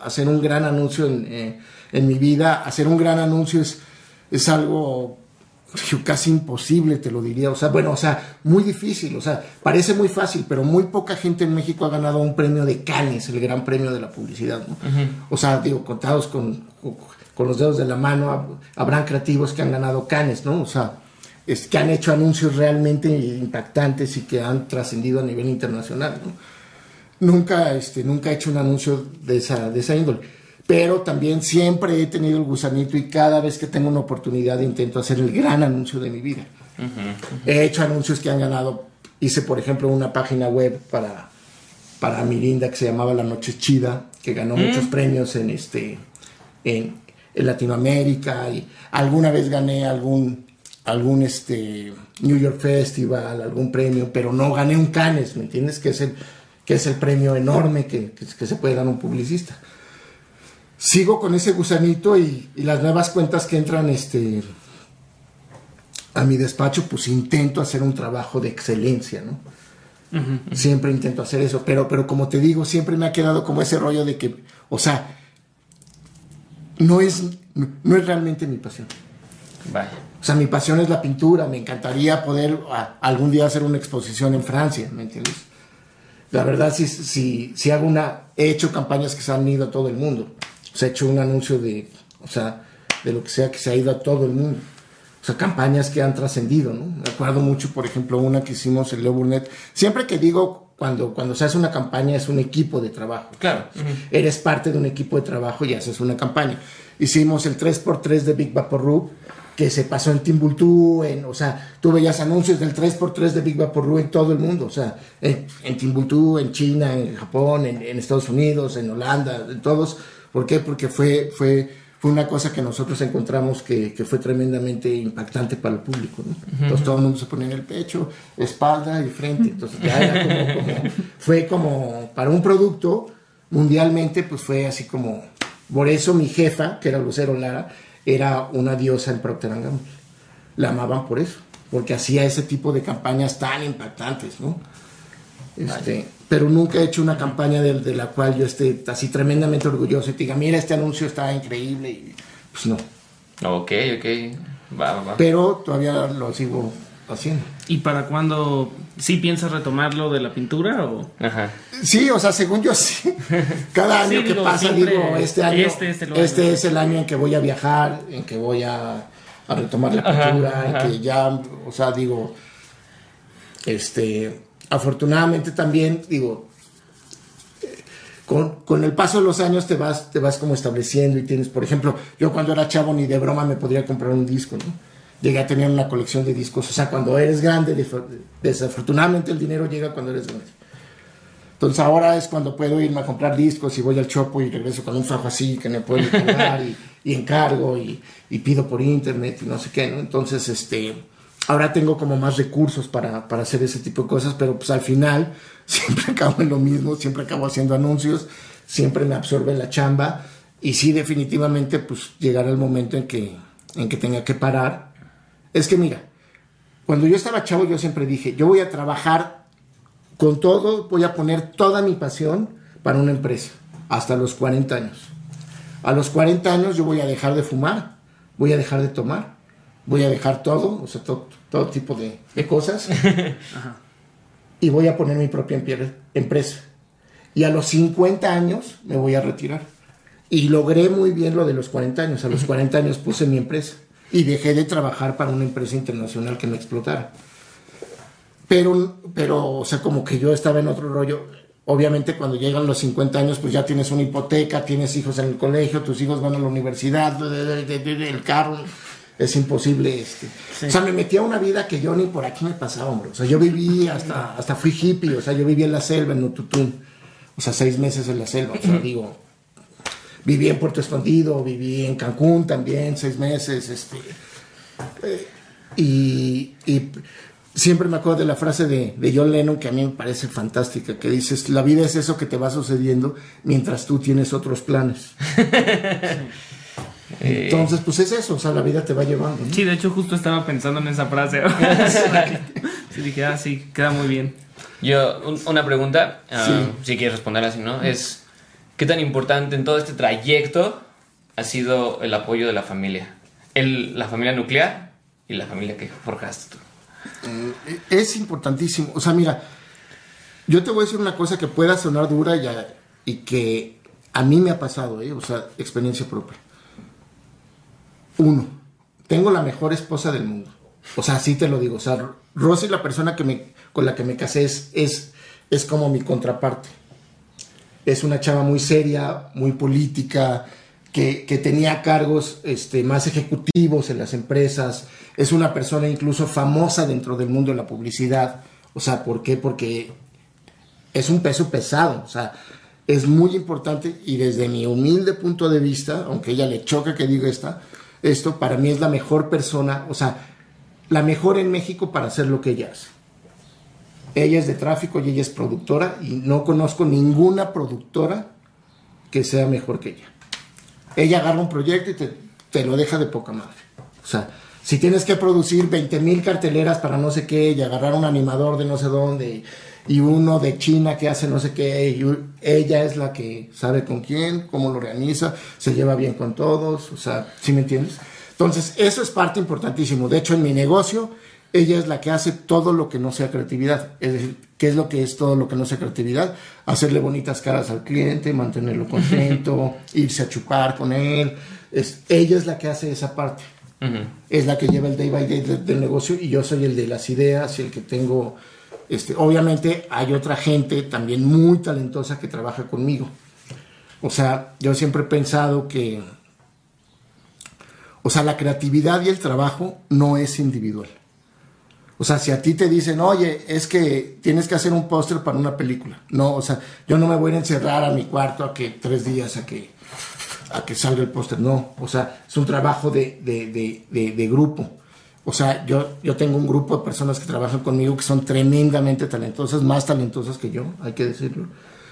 hacer un gran anuncio en mi vida. Hacer un gran anuncio es algo casi imposible, te lo diría. O sea, bueno, o sea, muy difícil. O sea, parece muy fácil, pero muy poca gente en México ha ganado un premio de Cannes, el gran premio de la publicidad, ¿no? O sea, digo, contados con los dedos de la mano, habrán creativos que han ganado Cannes, ¿no? O sea, que han hecho anuncios realmente impactantes y que han trascendido a nivel internacional, ¿no? Nunca he hecho un anuncio de esa índole, pero también siempre he tenido el gusanito y cada vez que tengo una oportunidad intento hacer el gran anuncio de mi vida. He hecho anuncios que han ganado. Hice, por ejemplo, una página web para Mirinda que se llamaba La Noche Chida, que ganó muchos premios en Latinoamérica, y alguna vez gané algún New York Festival, algún premio, pero no gané un Cannes, ¿me entiendes? Que es el premio enorme que se puede dar a un publicista. Sigo con ese gusanito y las nuevas cuentas que entran a mi despacho, pues intento hacer un trabajo de excelencia, ¿no? Siempre intento hacer eso, pero como te digo, siempre me ha quedado como ese rollo de que, o sea, no es realmente mi pasión. Vaya. O sea, mi pasión es la pintura. Me encantaría poder algún día hacer una exposición en Francia, ¿me entiendes? La verdad, si he hecho campañas que se han ido a todo el mundo. O sea, he hecho un anuncio de lo que sea que se ha ido a todo el mundo. O sea, campañas que han trascendido, ¿no? Me acuerdo mucho, por ejemplo, una que hicimos en Leo Burnett. Siempre que digo, cuando se hace una campaña, es un equipo de trabajo. Claro. Eres parte de un equipo de trabajo y haces una campaña. Hicimos el 3x3 de Big Vaporub, que se pasó en Timbuktu, o sea, tú veías anuncios del 3x3 de Big Vaporub en todo el mundo, o sea, en Timbuktu, en China, en Japón, en Estados Unidos, en Holanda, en todos. ¿Por qué? Porque fue una cosa que nosotros encontramos que fue tremendamente impactante para el público, ¿no? Entonces todo el mundo se ponía en el pecho, espalda y frente. Entonces ya era fue como para un producto mundialmente, pues fue así como. Por eso mi jefa, que era Lucero Lara, era una diosa en Procter & Gamble. La amaban por eso, porque hacía ese tipo de campañas tan impactantes, ¿no? Pero nunca he hecho una campaña de la cual yo esté así tremendamente orgulloso y te diga, mira, este anuncio está increíble, y pues no. Ok. Va. Pero todavía lo sigo haciendo. ¿Y para cuándo sí piensas retomar lo de la pintura o? Ajá. Sí, o sea, según yo sí. Cada año que pasa, digo, este año este es el año en que voy a viajar, en que voy a retomar la pintura, en que ya, o sea, digo, afortunadamente también, digo, con el paso de los años te vas como estableciendo y tienes, por ejemplo, yo cuando era chavo ni de broma me podría comprar un disco, ¿no? Llegué a tener una colección de discos. O sea, cuando eres grande, desafortunadamente el dinero llega cuando eres grande. Entonces ahora es cuando puedo irme a comprar discos y voy al Chopo y regreso con un fajo así que me puedo encargar y encargo y pido por internet y no sé qué, ¿no? Entonces, ahora tengo como más recursos para hacer ese tipo de cosas, pero pues al final siempre acabo en lo mismo, siempre acabo haciendo anuncios, siempre me absorbe la chamba y sí, definitivamente, pues llegará el momento en que tenga que parar. Es que mira, cuando yo estaba chavo yo siempre dije, yo voy a trabajar con todo, voy a poner toda mi pasión para una empresa, hasta los 40 años. A los 40 años yo voy a dejar de fumar, voy a dejar de tomar, voy a dejar todo, o sea, todo tipo de cosas, y voy a poner mi propia empresa. Y a los 50 años me voy a retirar. Y logré muy bien lo de los 40 años. A los 40 años puse mi empresa. Y dejé de trabajar para una empresa internacional que no explotara. Pero, o sea, como que yo estaba en otro rollo. Obviamente cuando llegan los 50 años, pues ya tienes una hipoteca, tienes hijos en el colegio, tus hijos van a la universidad, el carro, es imposible. Sí. O sea, me metí a una vida que yo ni por aquí me pasaba, hombre. O sea, yo viví hasta fui hippie, o sea, yo viví en la selva, en Nututún. O sea, 6 meses en la selva, o sea, digo... Viví en Puerto Escondido, viví en Cancún también, 6 meses, y siempre me acuerdo de la frase de John Lennon, que a mí me parece fantástica, que dices, la vida es eso que te va sucediendo mientras tú tienes otros planes. Entonces, pues es eso, o sea, la vida te va llevando, ¿no? Sí, de hecho justo estaba pensando en esa frase. Sí, dije, sí, queda muy bien. Yo, una pregunta, Sí. si quieres responder así, ¿no? Es... ¿Qué tan importante en todo este trayecto ha sido el apoyo de la familia? La familia nuclear y la familia que forjaste tú. Es importantísimo. O sea, mira, yo te voy a decir una cosa que pueda sonar dura y que a mí me ha pasado, o sea, experiencia propia. Uno, tengo la mejor esposa del mundo. O sea, así te lo digo. O sea, Rosy, la persona con la que me casé, es como mi contraparte. Es una chava muy seria, muy política, que tenía cargos más ejecutivos en las empresas. Es una persona incluso famosa dentro del mundo de la publicidad. O sea, ¿por qué? Porque es un peso pesado. O sea, es muy importante, y desde mi humilde punto de vista, aunque a ella le choca que diga esto, para mí es la mejor persona, o sea, la mejor en México para hacer lo que ella hace. Ella es de tráfico y ella es productora, y no conozco ninguna productora que sea mejor que ella. Ella agarra un proyecto y te lo deja de poca madre. O sea, si tienes que producir 20,000 carteleras para no sé qué, y agarrar un animador de no sé dónde, y uno de China que hace no sé qué, y ella es la que sabe con quién, cómo lo organiza, se lleva bien con todos, o sea, ¿sí me entiendes? Entonces, eso es parte importantísimo. De hecho, en mi negocio, ella es la que hace todo lo que no sea creatividad. Es decir, ¿qué es lo que es todo lo que no sea creatividad? Hacerle bonitas caras al cliente, mantenerlo contento, irse a chupar con él. Ella es la que hace esa parte. Uh-huh. Es la que lleva el day by day del negocio, y yo soy el de las ideas y el que tengo... obviamente hay otra gente también muy talentosa que trabaja conmigo. O sea, yo siempre he pensado que... O sea, la creatividad y el trabajo no es individual. O sea, si a ti te dicen, oye, es que tienes que hacer un póster para una película. No, o sea, yo no me voy a encerrar a mi cuarto a que 3 días a que salga el póster. No, o sea, es un trabajo de grupo. O sea, yo tengo un grupo de personas que trabajan conmigo que son tremendamente talentosas, más talentosas que yo, hay que decirlo.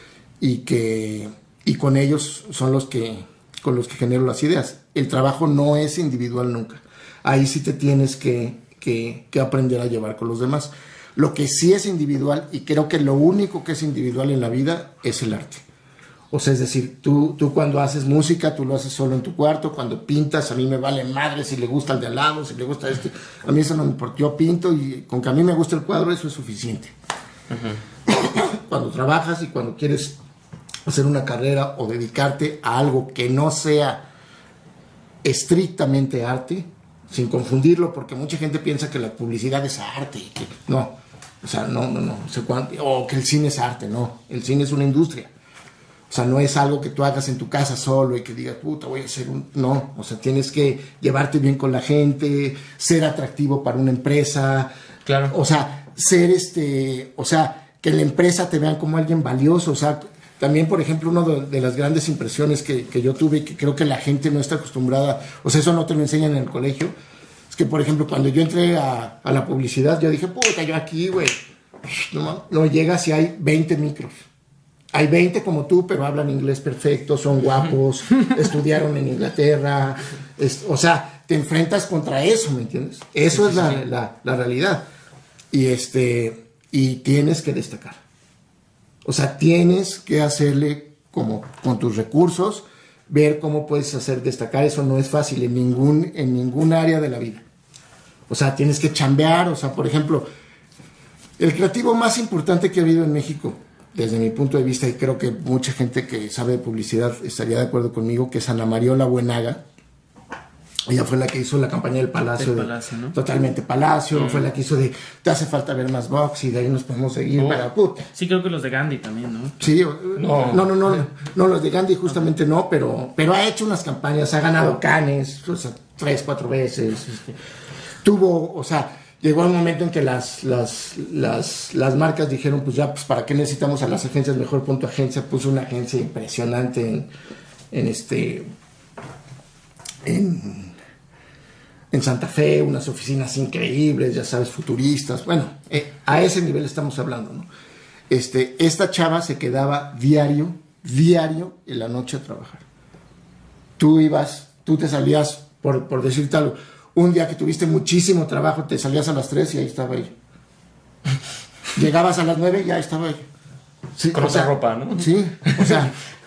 Y con ellos son con los que genero las ideas. El trabajo no es individual nunca. Ahí sí te tienes que aprender a llevar con los demás. Lo que sí es individual, y creo que lo único que es individual en la vida, es el arte. O sea, es decir, tú cuando haces música, tú lo haces solo en tu cuarto. Cuando pintas, a mí me vale madre si le gusta el de al lado, si le gusta a mí eso no me importa. Yo pinto, y con que a mí me guste el cuadro, eso es suficiente. Uh-huh. Cuando trabajas y cuando quieres hacer una carrera o dedicarte a algo que no sea estrictamente arte, sin confundirlo, porque mucha gente piensa que la publicidad es arte, y que no, o sea, no, o que el cine es arte. No, el cine es una industria. O sea, no es algo que tú hagas en tu casa solo y que digas, puta, voy a hacer no, o sea, tienes que llevarte bien con la gente, ser atractivo para una empresa. Claro. O sea, ser o sea, que la empresa te vean como alguien valioso. O sea, también, por ejemplo, una de las grandes impresiones que yo tuve, y que creo que la gente no está acostumbrada, o sea, eso no te lo enseñan en el colegio, es que, por ejemplo, cuando yo entré a la publicidad, yo dije, puta, yo aquí, güey, no llega si hay 20 micros. Hay 20 como tú, pero hablan inglés perfecto, son guapos, estudiaron en Inglaterra. O sea, te enfrentas contra eso, ¿me entiendes? Eso es la realidad. Y tienes que destacar. O sea, tienes que hacerle como con tus recursos, ver cómo puedes hacer destacar. Eso no es fácil en ningún área de la vida. O sea, tienes que chambear. O sea, por ejemplo, el creativo más importante que ha habido en México, desde mi punto de vista, y creo que mucha gente que sabe de publicidad estaría de acuerdo conmigo, que es Ana Mariola Buenaga. Ella fue la que hizo la campaña del Palacio. ¿No? Totalmente Palacio. Fue la que hizo de te hace falta ver más box, y de ahí nos podemos seguir para puta. Sí, creo que los de Gandhi también, ¿no? Sí, no, los de Gandhi justamente no, pero ha hecho unas campañas, ha ganado Cannes, o sea, 3, 4 veces. Tuvo, o sea, llegó un momento en que las marcas dijeron, pues ya, pues ¿para qué necesitamos a las agencias? Mejor pon tu agencia. Puso una agencia impresionante en Santa Fe, unas oficinas increíbles, ya sabes, futuristas. Bueno, a ese nivel estamos hablando, ¿no? Esta chava se quedaba diario en la noche a trabajar. Tú te salías, por decirte algo, un día que tuviste muchísimo trabajo, te salías a las 3 y ahí estaba ella. Llegabas a las 9 y ya estaba ella. Sí, con otra ropa, ¿no? Sí, o sea,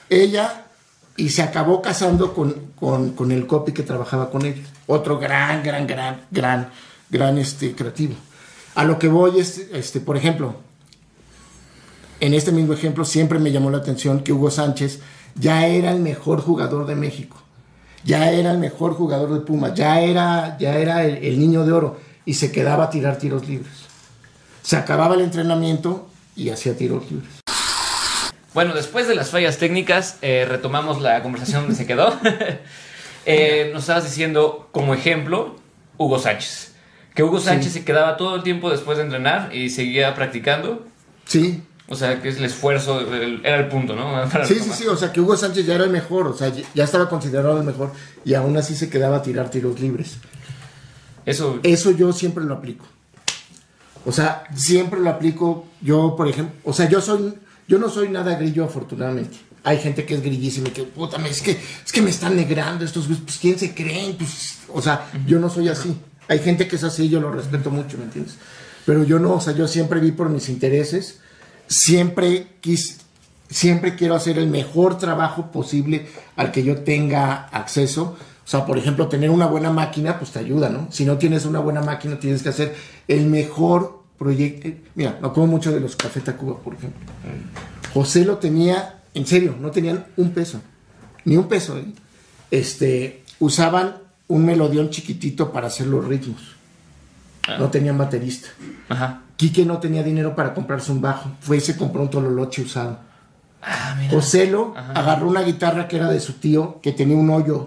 ella, y se acabó casando con el copy que trabajaba con ella. Otro gran creativo. A lo que voy es, por ejemplo, en este mismo ejemplo siempre me llamó la atención que Hugo Sánchez ya era el mejor jugador de México, ya era el mejor jugador de Pumas, ya era el niño de oro, y se quedaba a tirar tiros libres. Se acababa el entrenamiento y hacía tiros libres. Bueno, después de las fallas técnicas, retomamos la conversación donde se quedó. Nos estabas diciendo, como ejemplo, Hugo Sánchez. Que Hugo Sánchez se quedaba todo el tiempo después de entrenar y seguía practicando. Sí. O sea, que es el esfuerzo, era el punto, ¿no? Sí, o sea, que Hugo Sánchez ya era el mejor, o sea, ya estaba considerado el mejor, y aún así se quedaba a tirar tiros libres. Eso yo siempre lo aplico. O sea, siempre lo aplico. Yo, por ejemplo, o sea, yo no soy nada grillo, afortunadamente. Hay gente que es grillísima y que, puta, es que me están negrando estos, pues, ¿quién se creen? Pues, o sea, yo no soy así. Hay gente que es así, yo lo respeto mucho, ¿me entiendes? Pero yo no, o sea, yo siempre vi por mis intereses, siempre quiero hacer el mejor trabajo posible al que yo tenga acceso. O sea, por ejemplo, tener una buena máquina, pues te ayuda, ¿no? Si no tienes una buena máquina, tienes que hacer el mejor proyecto. Mira, me acuerdo mucho de los Café Tacuba, por ejemplo. José lo tenía, en serio, no tenían un peso, ni un peso, ¿eh? Usaban un melodión chiquitito para hacer los ritmos. No tenían baterista. Ajá. Quique no tenía dinero para comprarse un bajo. Fue y se compró un tololoche usado. Mira. Joselo agarró una guitarra que era de su tío, que tenía un hoyo.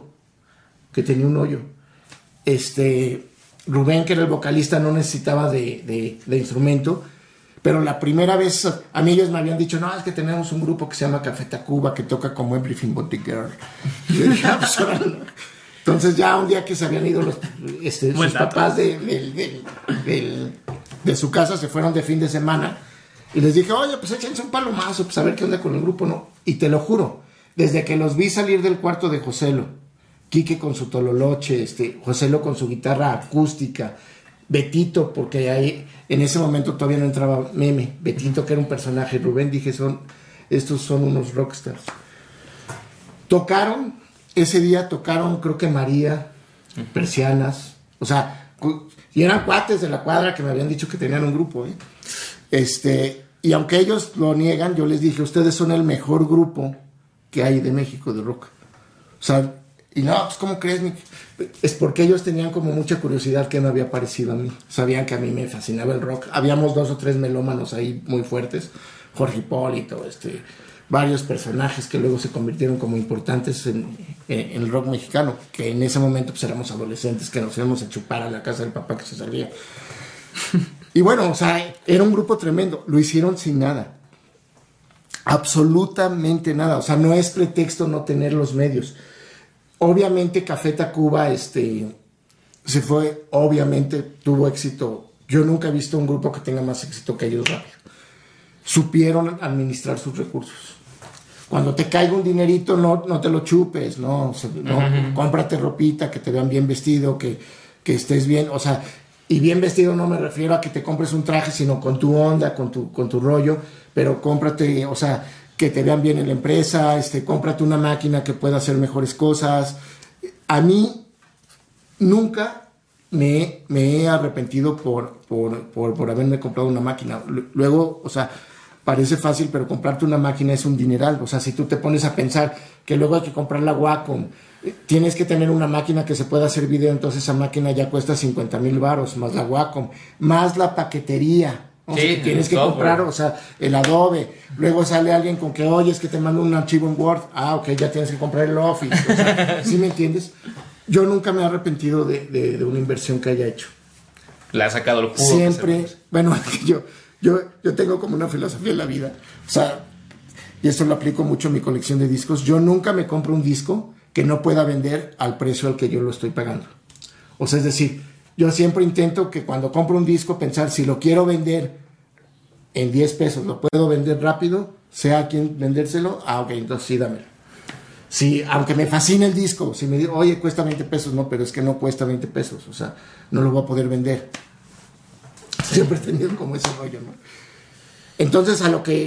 Rubén, que era el vocalista, no necesitaba de instrumento. Pero la primera vez, a mí ellos me habían dicho, no, es que tenemos un grupo que se llama Café Tacuba, que toca como Everything But The Girl. Y yo dije, pues, ahora no. Entonces ya un día que se habían ido sus papás de su casa, se fueron de fin de semana, y les dije, oye, pues échense un palomazo, pues a ver qué onda con el grupo, ¿no? Y te lo juro, desde que los vi salir del cuarto de Joselo, Quique con su tololoche, Joselo con su guitarra acústica, Betito, porque ahí en ese momento todavía no entraba Meme, Betito, que era un personaje, Rubén, dije, estos son unos rockstars. Ese día tocaron, creo que María, Persianas, o sea, y eran cuates de la cuadra que me habían dicho que tenían un grupo, y aunque ellos lo niegan, yo les dije, ustedes son el mejor grupo que hay de México de rock. O sea, y no, pues ¿cómo crees? Es porque ellos tenían como mucha curiosidad que me había parecido a mí. Sabían que a mí me fascinaba el rock. Habíamos 2 o 3 melómanos ahí muy fuertes, Jorge Hipólito, varios personajes que luego se convirtieron como importantes en el rock mexicano, que en ese momento pues éramos adolescentes que nos íbamos a chupar a la casa del papá que se salía. Y bueno, o sea, era un grupo tremendo. Lo hicieron sin nada, absolutamente nada. O sea, no es pretexto no tener los medios. Obviamente Café Tacuba se fue, obviamente tuvo éxito. Yo nunca he visto un grupo que tenga más éxito que ellos rápido. Supieron administrar sus recursos. Cuando te caiga un dinerito, no te lo chupes, no, cómprate ropita, que te vean bien vestido, que estés bien, o sea, y bien vestido no me refiero a que te compres un traje, sino con tu onda, con tu rollo, pero cómprate, o sea, que te vean bien en la empresa, cómprate una máquina que pueda hacer mejores cosas. A mí nunca me he arrepentido por haberme comprado una máquina. Luego, o sea, parece fácil, pero comprarte una máquina es un dineral. O sea, si tú te pones a pensar que luego hay que comprar la Wacom, tienes que tener una máquina que se pueda hacer video, entonces esa máquina ya cuesta 50,000 varos, más la Wacom, más la paquetería. O sea, que tienes que comprar, o sea, el Adobe. Luego sale alguien con que, oye, es que te mando un archivo en Word. Ok, ya tienes que comprar el Office. O sea, ¿sí me entiendes? Yo nunca me he arrepentido de una inversión que haya hecho. Le ha sacado el jugo. Siempre, bueno, yo tengo como una filosofía en la vida. O sea, y esto lo aplico mucho en mi colección de discos. Yo nunca me compro un disco que no pueda vender al precio al que yo lo estoy pagando. O sea, es decir, yo siempre intento que cuando compro un disco pensar, si lo quiero vender en 10 pesos, ¿lo puedo vender rápido? ¿Sea a quien vendérselo? Ok, entonces sí, dámelo. Sí, aunque me fascine el disco, si me digo, oye, cuesta 20 pesos, no, pero es que no cuesta 20 pesos, o sea, no lo voy a poder vender. Siempre he tenido como ese rollo, ¿no? Entonces, a lo que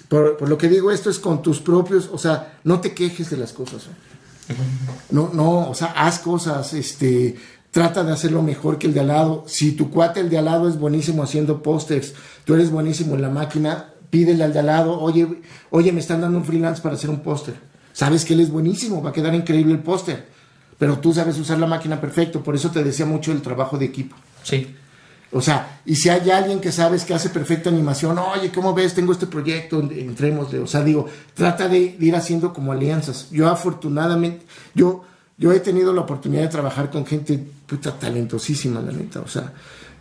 por lo que digo esto es con tus propios, o sea, no te quejes de las cosas. No, o sea, haz cosas, trata de hacerlo mejor que el de al lado. Si tu cuate, el de al lado, es buenísimo haciendo pósters, tú eres buenísimo en la máquina, pídele al de al lado, oye, me están dando un freelance para hacer un póster. Sabes que él es buenísimo, va a quedar increíble el póster, pero tú sabes usar la máquina perfecto, por eso te decía mucho el trabajo de equipo. Sí. O sea, y si hay alguien que sabes que hace perfecta animación, oye, ¿cómo ves? Tengo este proyecto, entrémosle. O sea, digo, trata de ir haciendo como alianzas. Yo afortunadamente, yo he tenido la oportunidad de trabajar con gente puta talentosísima, la neta. O sea,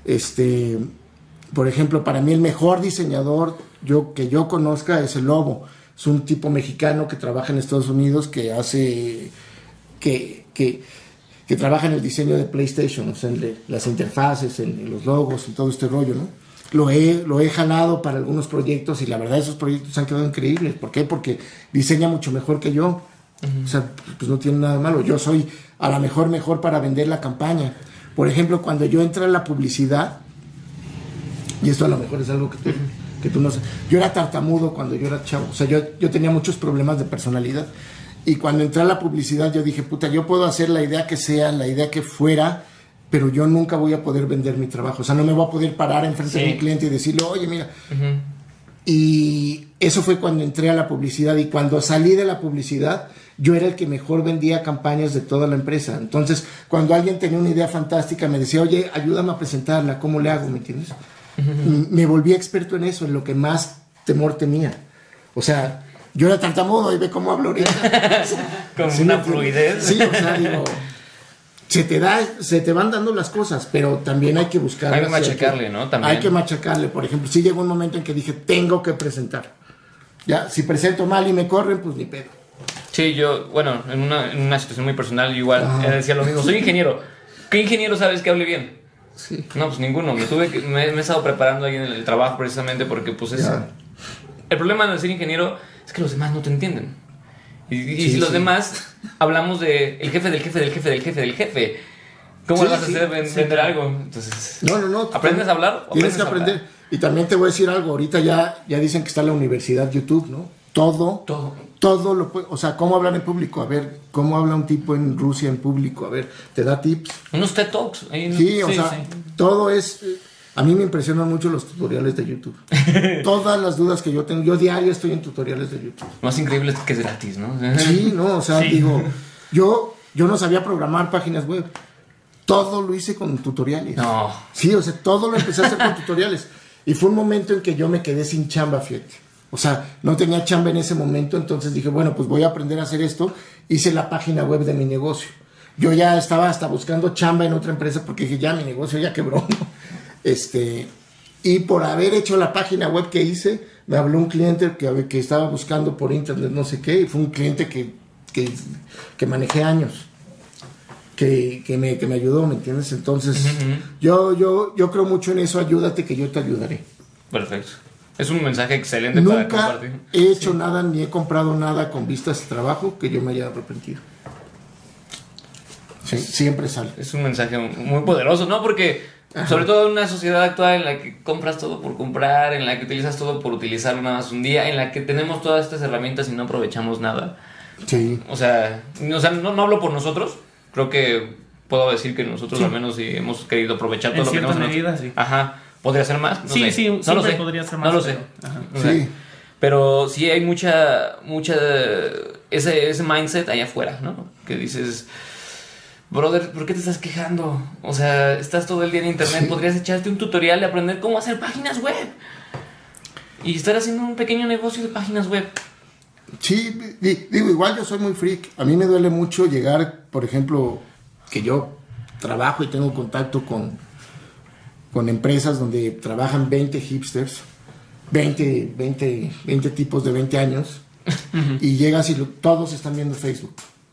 por ejemplo, para mí el mejor diseñador que yo conozca es el Lobo. Es un tipo mexicano que trabaja en Estados Unidos, que hace, que trabaja en el diseño de PlayStation, o sea, en las interfaces, en los logos y todo este rollo, ¿no? Lo he jalado para algunos proyectos y la verdad esos proyectos han quedado increíbles. ¿Por qué? Porque diseña mucho mejor que yo. O sea, pues no tiene nada de malo. Yo soy a lo mejor para vender la campaña. Por ejemplo, cuando yo entré a la publicidad, y esto a lo mejor es algo que tú no sabes, yo era tartamudo cuando yo era chavo. O sea, yo tenía muchos problemas de personalidad. Y cuando entré a la publicidad yo dije, puta, yo puedo hacer la idea que sea, la idea que fuera, pero yo nunca voy a poder vender mi trabajo. O sea, no me voy a poder parar enfrente de un cliente y decirle, oye, mira. Y eso fue cuando entré a la publicidad. Y cuando salí de la publicidad, yo era el que mejor vendía campañas de toda la empresa. Entonces, cuando alguien tenía una idea fantástica, me decía, oye, ayúdame a presentarla, ¿cómo le hago? ¿Me entiendes? Me volví experto en eso, en lo que más temor tenía. O sea, yo era tartamudo y ve cómo hablo ahorita. Con una fluidez. Sí, o sea, digo, se te van dando las cosas, pero también hay que buscar. Hay que machacarle, ¿no? También. Hay que machacarle. Por ejemplo, sí llegó un momento en que dije, tengo que presentar. Ya, si presento mal y me corren, pues ni pedo. Sí, yo, bueno, en una situación muy personal, igual decía lo mismo. Soy ingeniero. ¿Qué ingeniero sabes que hable bien? Sí. No, pues ninguno. Me he estado preparando ahí en el trabajo precisamente porque, pues, el problema de ser ingeniero es que los demás no te entienden. Y si los demás hablamos de el jefe del jefe del jefe del jefe del jefe, ¿cómo le vas a hacer vender algo? Entonces, no. ¿aprendes a hablar? Tienes que aprender. Y también te voy a decir algo. Ahorita ya dicen que está la universidad YouTube, ¿no? Todo lo puede. O sea, ¿cómo hablar en público? A ver, ¿cómo habla un tipo en Rusia en público? A ver, te da tips. Unos TED Talks. Sí, o sea, todo es. A mí me impresionan mucho los tutoriales de YouTube. Todas las dudas que yo tengo, yo diario estoy en tutoriales de YouTube. Lo más increíble es que es gratis, ¿no? Sí, no, o sea, digo, yo no sabía programar páginas web. Todo lo hice con tutoriales. No. Sí, o sea, todo lo empecé a hacer con tutoriales. Y fue un momento en que yo me quedé sin chamba, fíjate. O sea, no tenía chamba en ese momento, entonces dije, bueno, pues voy a aprender a hacer esto. Hice la página web de mi negocio. Yo ya estaba hasta buscando chamba en otra empresa porque dije, ya mi negocio ya quebró, ¿no? Y por haber hecho la página web que hice, me habló un cliente que estaba buscando por internet no sé qué, y fue un cliente que manejé años, que me ayudó, ¿me entiendes? Entonces, yo creo mucho en eso, ayúdate que yo te ayudaré. Perfecto. Es un mensaje excelente para compartir. Nunca he hecho nada, ni he comprado nada con vistas de trabajo que yo me haya arrepentido. Sí, siempre sale. Es un mensaje muy poderoso, ¿no? Porque sobre todo en una sociedad actual en la que compras todo por comprar, en la que utilizas todo por utilizarlo nada más un día, en la que tenemos todas estas herramientas y no aprovechamos nada. Sí. O sea no hablo por nosotros. Creo que puedo decir que nosotros al menos sí hemos querido aprovechar todo lo que tenemos. En cierta medida, sí. Ajá. ¿Podría ser más? No sé. Sí, no lo sé. podría ser más. No lo sé. Pero, sí. Pero sí hay mucha ese mindset allá afuera, ¿no? Que dices, brother, ¿por qué te estás quejando? O sea, estás todo el día en internet, sí. Podrías echarte un tutorial de aprender cómo hacer páginas web y estar haciendo un pequeño negocio de páginas web. Sí, digo, igual yo soy muy freak. A mí me duele mucho llegar, por ejemplo, que yo trabajo y tengo contacto con empresas donde trabajan 20 hipsters, 20 tipos de 20 años, y llegas y todos están viendo Facebook.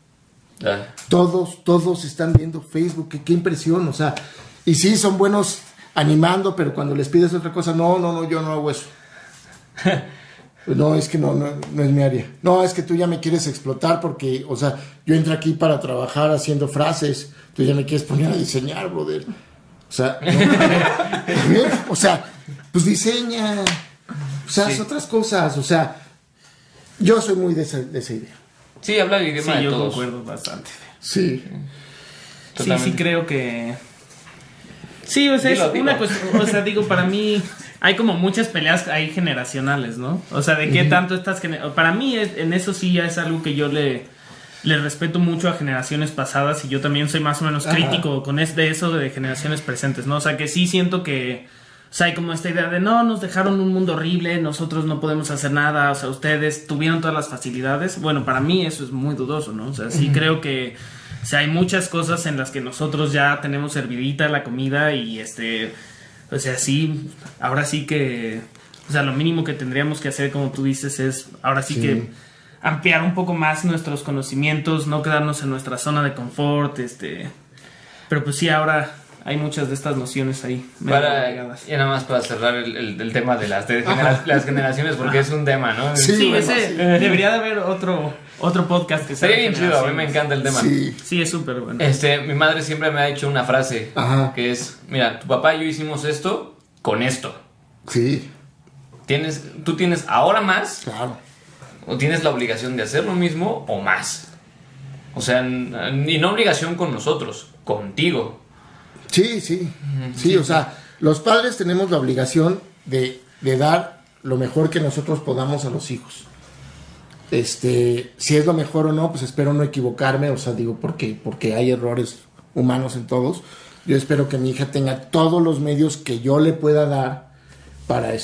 Todos están viendo Facebook. Qué impresión, o sea, y sí, son buenos animando, pero cuando les pides otra cosa, no, yo no hago eso. No, es que no es mi área. No, es que tú ya me quieres explotar porque, o sea, yo entro aquí para trabajar haciendo frases, tú ya me quieres poner a diseñar, brother. O sea, no, o sea, pues diseña, o sea, haz otras cosas, o sea, Yo soy muy de esa idea. Sí, habla el idioma Sí, de yo todos. concuerdo bastante. Sí. Totalmente. Sí, creo que... Sí, o sea, Dilo, es dilo. una cuestión, o sea, digo, para mí hay como muchas peleas ahí generacionales, ¿no? O sea, de qué tanto estas para mí en eso sí ya es algo que yo le respeto mucho a generaciones pasadas y yo también soy más o menos crítico con de eso de generaciones presentes, ¿no? O sea, que sí siento que, o sea, hay como esta idea de no, nos dejaron un mundo horrible, nosotros no podemos hacer nada, o sea, ustedes tuvieron todas las facilidades. Bueno, para mí eso es muy dudoso, ¿no? O sea, sí creo que, o sea, hay muchas cosas en las que nosotros ya tenemos servidita la comida y o sea, sí, ahora sí que, o sea, lo mínimo que tendríamos que hacer, como tú dices, es ahora sí que ampliar un poco más nuestros conocimientos, no quedarnos en nuestra zona de confort, pero pues sí, ahora hay muchas de estas nociones ahí medio agregadas. Y nada más para cerrar el tema de las generaciones, porque es un tema, ¿no? Sí, Sí, bueno, ese debería de haber otro podcast que sea Sería de bien chido, a mí me generaciones. encanta el tema. Sí. Sí, es súper bueno. Mi madre siempre me ha dicho una frase, Ajá. que es, mira, tu papá y yo hicimos esto con esto. Sí, Tú tienes ahora más, claro. o tienes la obligación de hacer lo mismo o más. O sea, y no obligación con nosotros, contigo. Sí, sí. Sí, o sea, los padres tenemos la obligación de dar lo mejor que nosotros podamos a los hijos. Si es lo mejor o no, pues espero no equivocarme, o sea, digo, porque hay errores humanos en todos. Yo espero que mi hija tenga todos los medios que yo le pueda dar para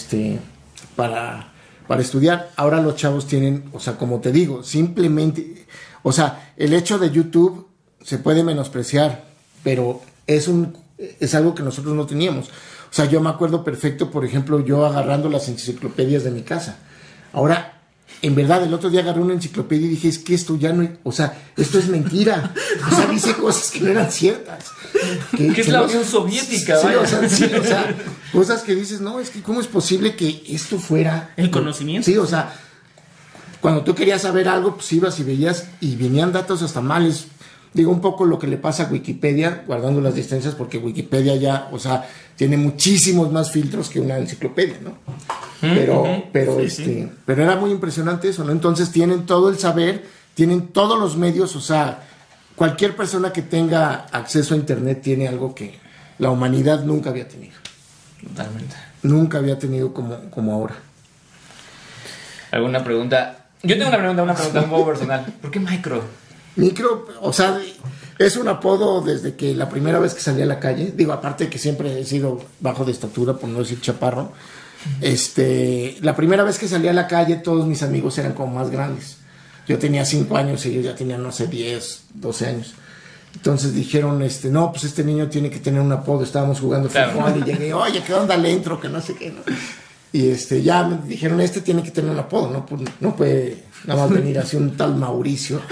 estudiar. Ahora los chavos tienen, o sea, como te digo, simplemente, o sea, el hecho de YouTube se puede menospreciar, pero es algo que nosotros no teníamos. O sea, yo me acuerdo perfecto, por ejemplo, yo agarrando las enciclopedias de mi casa. Ahora, en verdad, el otro día agarré una enciclopedia y dije, es que esto ya no, o sea, esto es mentira. O sea, dice cosas que no eran ciertas. Que es la Unión Soviética, sí, vaya. o sea, cosas que dices, no, es que cómo es posible que esto fuera... El conocimiento. Sí, o sea, cuando tú querías saber algo, pues ibas y veías y venían datos hasta males. Digo, un poco lo que le pasa a Wikipedia, guardando las distancias, porque Wikipedia ya, o sea, tiene muchísimos más filtros que una enciclopedia, ¿no? Pero era muy impresionante eso, ¿no? Entonces tienen todo el saber, tienen todos los medios, o sea, cualquier persona que tenga acceso a internet tiene algo que la humanidad nunca había tenido. Totalmente. Nunca había tenido como ahora. ¿Alguna pregunta? Yo tengo una pregunta un poco personal. ¿Por qué micro? Micro, o sea, es un apodo desde que la primera vez que salí a la calle, digo, aparte de que siempre he sido bajo de estatura, por no decir chaparro, la primera vez que salí a la calle todos mis amigos eran como más grandes. Yo tenía 5 años y ellos ya tenían, no sé, 10, 12 años. Entonces dijeron, no, pues este niño tiene que tener un apodo. Estábamos jugando fútbol y llegué, oye, ¿qué onda le entro? Que no sé qué, ¿no? Y ya me dijeron, tiene que tener un apodo, no puede nada más venir así un tal Mauricio.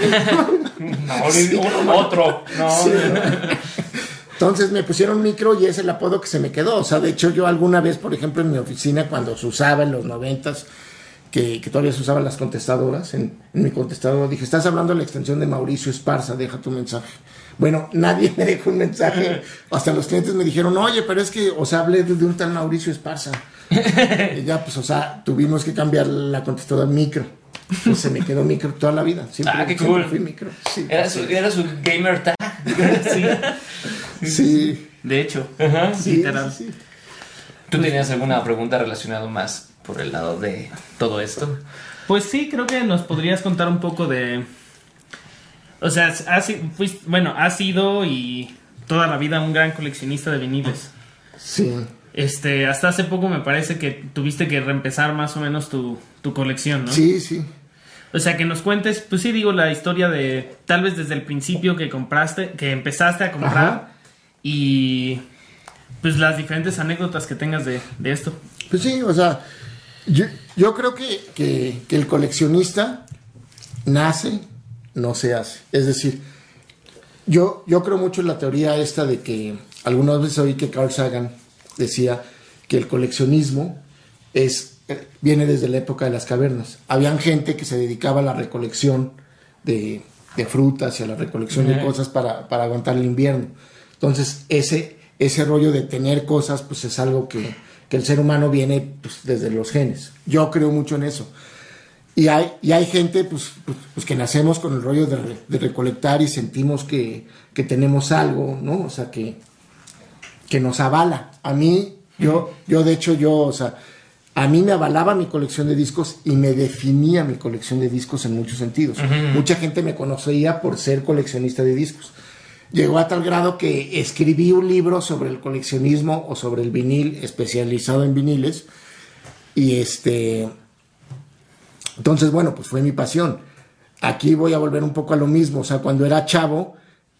Otro. No. Sí, ¿no? Entonces me pusieron micro y es el apodo que se me quedó. O sea, de hecho yo alguna vez, por ejemplo, en mi oficina, cuando se usaba en los 90s, que todavía se usaban las contestadoras, en mi contestador dije, estás hablando de la extensión de Mauricio Esparza, deja tu mensaje. Bueno, nadie me dejó un mensaje. Hasta los clientes me dijeron, oye, pero es que, o sea, hablé de un tal Mauricio Esparza. Y ya, pues, o sea, tuvimos que cambiar la contestadora micro. Pues se me quedó micro toda la vida. Qué cool. Fui micro. Sí, Era su gamer tag. sí. De hecho, Sí, literal. sí. ¿Tú tenías alguna pregunta relacionada más por el lado de todo esto? Pues sí, creo que nos podrías contar un poco de... O sea, has sido y toda la vida un gran coleccionista de viniles. Sí. Hasta hace poco me parece que tuviste que reempezar más o menos tu colección, ¿no? Sí, sí. O sea, que nos cuentes, pues sí digo, la historia de tal vez desde el principio que empezaste a comprar. Ajá. Y pues las diferentes anécdotas que tengas de esto. Pues sí, o sea, yo creo que el coleccionista nace, no se hace. Es decir, yo creo mucho en la teoría esta de que algunas veces oí que Carl Sagan decía que el coleccionismo viene desde la época de las cavernas. Habían gente que se dedicaba a la recolección de frutas y a la recolección de cosas para aguantar el invierno. Entonces, ese rollo de tener cosas, pues es algo que el ser humano viene pues, desde los genes. Yo creo mucho en eso. Y hay gente pues que nacemos con el rollo de recolectar y sentimos que tenemos algo, ¿no? O sea, que nos avala. A mí, de hecho, o sea, a mí me avalaba mi colección de discos y me definía mi colección de discos en muchos sentidos. Mucha gente me conocía por ser coleccionista de discos. Llegó a tal grado que escribí un libro sobre el coleccionismo o sobre el vinil, especializado en viniles. Y entonces, bueno, pues fue mi pasión. Aquí voy a volver un poco a lo mismo. O sea, cuando era chavo,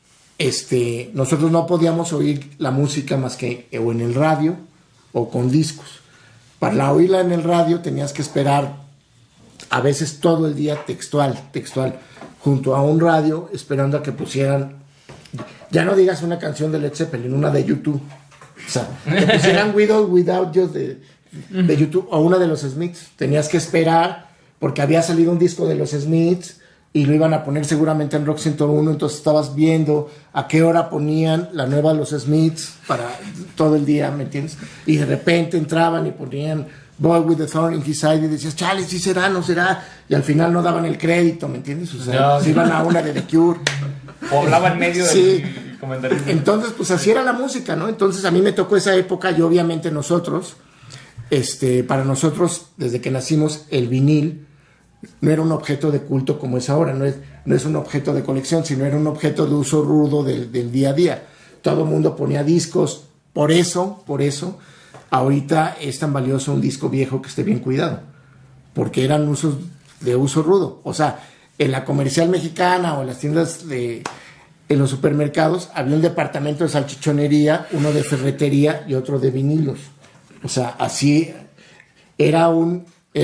nosotros no podíamos oír la música más que o en el radio o con discos. Para oírla en el radio tenías que esperar a veces todo el día textual, junto a un radio, esperando a que pusieran, ya no digas una canción de Led Zeppelin, una de YouTube. O sea, que pusieran With or Without You de YouTube, o una de los Smiths. Tenías que esperar porque había salido un disco de los Smiths y lo iban a poner seguramente en Rock 101, entonces estabas viendo a qué hora ponían la nueva de los Smiths para todo el día, ¿me entiendes? Y de repente entraban y ponían Boy with the Thorn in His Side y decías, chale, sí será, no será, y al final no daban el crédito, ¿me entiendes? O sea, se iban a una de The Cure. O hablaba en medio sí. del comentario. Entonces, pues así era la música, ¿no? Entonces a mí me tocó esa época y obviamente nosotros, para nosotros, desde que nacimos, el vinil no era un objeto de culto como es ahora, no es un objeto de colección, sino era un objeto de uso rudo del día a día. Todo el mundo ponía discos, por eso, ahorita es tan valioso un disco viejo que esté bien cuidado, porque eran usos de uso rudo. O sea, en la Comercial Mexicana o en las tiendas en los supermercados había un departamento de salchichonería, uno de ferretería y otro de vinilos. O sea, así era un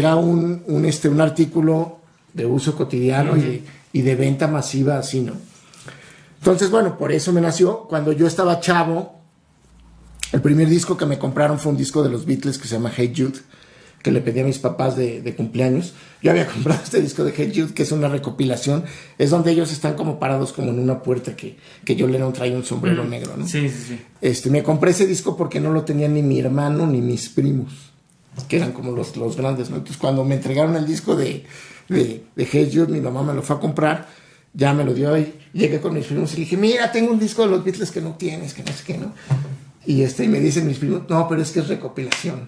artículo de uso cotidiano y de venta masiva, así, ¿no? Entonces, bueno, por eso me nació. Cuando yo estaba chavo, el primer disco que me compraron fue un disco de los Beatles que se llama Hey Jude, que le pedí a mis papás de cumpleaños. Yo había comprado este disco de Hey Jude, que es una recopilación, es donde ellos están como parados como en una puerta que John Lennon trae un sombrero negro, ¿no? Sí. Me compré ese disco porque no lo tenían ni mi hermano ni mis primos, que eran como los grandes, ¿no? Entonces cuando me entregaron el disco de Hey Jude, mi mamá me lo fue a comprar, ya me lo dio y llegué con mis primos y le dije, mira, tengo un disco de los Beatles que no tienes, que no sé qué, ¿no? Y me dicen mis primos, no, pero es que es recopilación.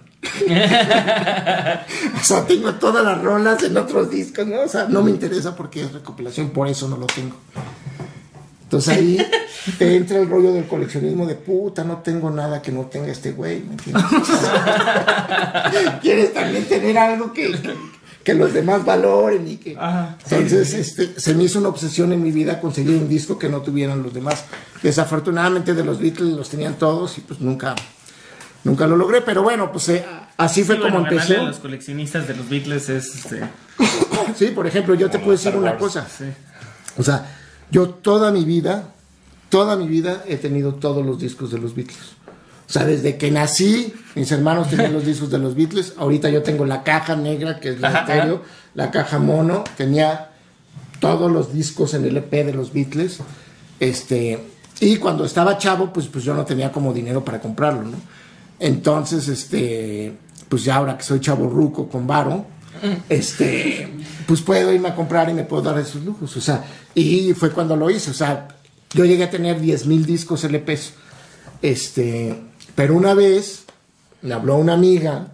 O sea, tengo todas las rolas en otros discos, ¿no? O sea, no me interesa porque es recopilación, por eso no lo tengo. Entonces ahí te entra el rollo del coleccionismo de puta, no tengo nada que no tenga este güey, ¿me entiendes? Quieres también tener algo que los demás valoren y que... Ajá, entonces se me hizo una obsesión en mi vida conseguir un disco que no tuvieran los demás. Desafortunadamente de los Beatles los tenían todos y pues nunca lo logré, pero bueno, pues así fue como empezó. Los coleccionistas de los Beatles es... Sí, por ejemplo, yo te puedo decir una cosa. Sí. O sea, yo toda mi vida he tenido todos los discos de los Beatles. O sea, desde que nací, mis hermanos tenían los discos de los Beatles. Ahorita yo tengo la caja negra, que es la estéreo, la caja mono. Tenía todos los discos en el EP de los Beatles. Y cuando estaba chavo, pues yo no tenía como dinero para comprarlo, ¿no? Entonces, pues ya ahora que soy chavorruco con varo, pues puedo irme a comprar y me puedo dar esos lujos. O sea, y fue cuando lo hice. O sea, yo llegué a tener 10,000 discos LPs. Pero una vez me habló una amiga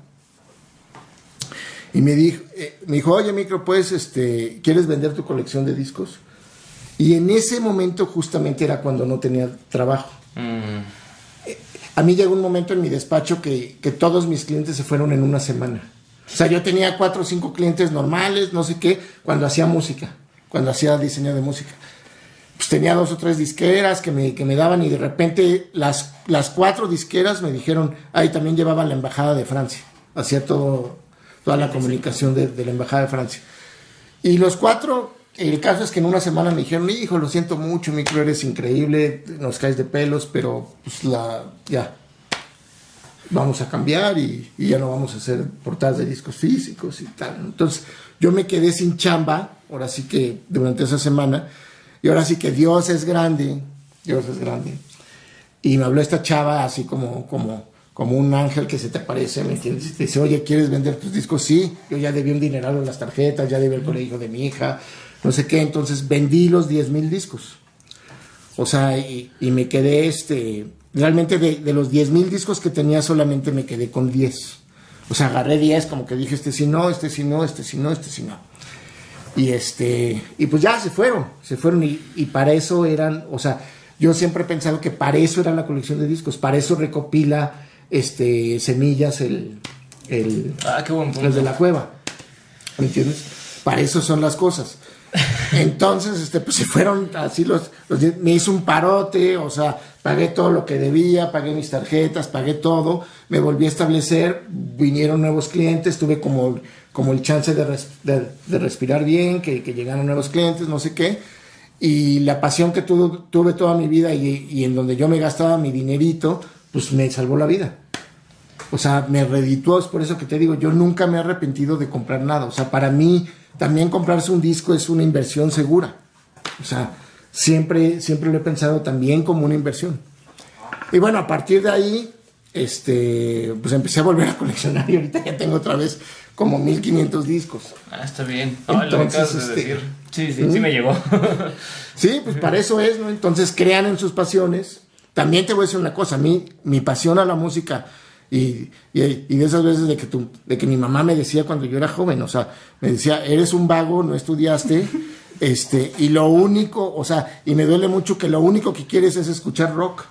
y me dijo, oye, Micro, pues, ¿quieres vender tu colección de discos? Y en ese momento justamente era cuando no tenía trabajo. A mí llegó un momento en mi despacho que todos mis clientes se fueron en una semana. O sea, yo tenía 4 o 5 clientes normales, no sé qué, cuando hacía música, cuando hacía diseño de música. Pues tenía 2 o 3 disqueras que me daban y de repente las 4 disqueras me dijeron, también llevaba la embajada de Francia, hacía toda la comunicación de la embajada de Francia. Y los 4, el caso es que en una semana me dijeron, hijo, lo siento mucho, Micro, eres increíble, nos caes de pelos, pero pues ya, vamos a cambiar y ya no vamos a hacer portadas de discos físicos y tal. Entonces yo me quedé sin chamba, ahora sí que durante esa semana. Y ahora sí que Dios es grande. Y me habló esta chava así como como un ángel que se te aparece, ¿me entiendes? Y te dice, oye, ¿quieres vender tus discos? Sí, yo ya debí un dineral en las tarjetas, ya debí el colegio de mi hija, no sé qué, entonces vendí los 10,000 discos. O sea, y me quedé, realmente de los 10,000 discos que tenía solamente me quedé con 10. O sea, agarré 10, como que dije, este sí no, este sí no, este sí no, este sí no. Y pues ya se fueron y para eso eran, o sea, yo siempre he pensado que para eso era la colección de discos, para eso recopila Semillas, qué buen punto. el de la cueva, ¿me entiendes? Para eso son las cosas. Entonces, pues se fueron así me hizo un parote, o sea, pagué todo lo que debía, pagué mis tarjetas, pagué todo, me volví a establecer, vinieron nuevos clientes, tuve como el chance de respirar bien, que llegaron nuevos clientes, no sé qué, y la pasión que tuve toda mi vida y en donde yo me gastaba mi dinerito, pues me salvó la vida. O sea, me redituó, es por eso que te digo, yo nunca me he arrepentido de comprar nada. O sea, para mí también comprarse un disco es una inversión segura. O sea, siempre lo he pensado también como una inversión. Y bueno, a partir de ahí, pues empecé a volver a coleccionar y ahorita ya tengo otra vez como 1,500 discos. Está bien. Entonces, lo que acabas de decir. Sí me llegó. Sí, pues para eso es, ¿no? Entonces crean en sus pasiones. También te voy a decir una cosa, a mí, mi pasión a la música y de esas veces de que mi mamá me decía cuando yo era joven, o sea, me decía, eres un vago, no estudiaste, y lo único, o sea, y me duele mucho que lo único que quieres es escuchar rock.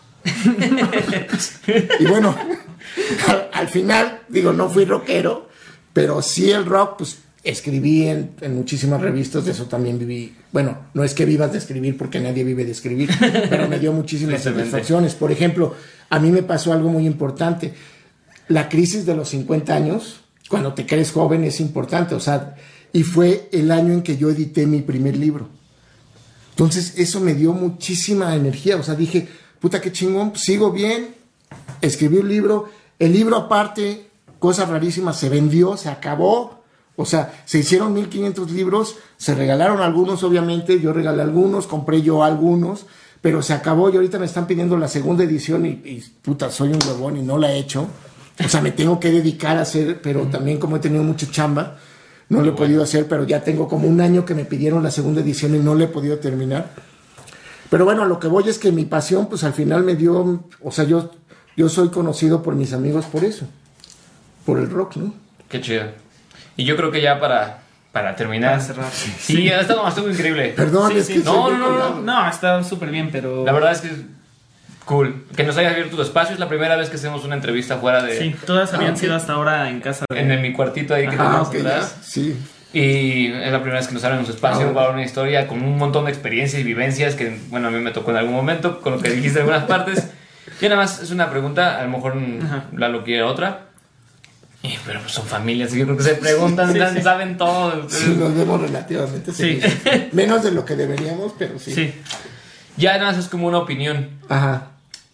Y bueno, al final, digo, no fui rockero, pero sí el rock, pues escribí en muchísimas revistas, de eso también viví. Bueno, no es que vivas de escribir porque nadie vive de escribir, pero me dio muchísimas satisfacciones. Por ejemplo, a mí me pasó algo muy importante. La crisis de los 50 años, cuando te crees joven, es importante, o sea, y fue el año en que yo edité mi primer libro. Entonces, eso me dio muchísima energía, o sea, dije, puta, qué chingón, pues, sigo bien, escribí un libro, el libro aparte, cosas rarísimas, se vendió, se acabó, o sea, se hicieron 1,500 libros, se regalaron algunos, obviamente, yo regalé algunos, compré yo algunos, pero se acabó y ahorita me están pidiendo la segunda edición y puta, soy un huevón y no la he hecho. O sea, me tengo que dedicar a hacer, pero también como he tenido mucha chamba, no lo he podido hacer, pero ya tengo como un año que me pidieron la segunda edición y no la he podido terminar. Pero bueno, a lo que voy es que mi pasión, pues al final me dio, o sea, yo soy conocido por mis amigos por eso, por el rock, ¿no? Qué chido. Y yo creo que ya para terminar. Para cerrar. Sí, estuvo increíble. Perdón, Sí, es sí. que No, está súper bien, pero... La verdad es que es cool. Que nos hayas abierto tu espacio. Es la primera vez que hacemos una entrevista fuera de... Sí, todas habían sido hasta ahora en casa de... En mi cuartito ahí que tenemos ok, ya, atrás. sí. Y es la primera vez que nos abren nuestro espacio para una historia con un montón de experiencias y vivencias que, bueno, a mí me tocó en algún momento, con lo que dijiste en algunas partes. Y nada más es una pregunta, a lo mejor Lalo quiere otra. Pero pues son familias, yo creo que se preguntan, Sí. saben todo. Sí, nos vemos relativamente. Sí. Menos de lo que deberíamos, pero sí. Sí. Ya nada más es como una opinión. Ajá.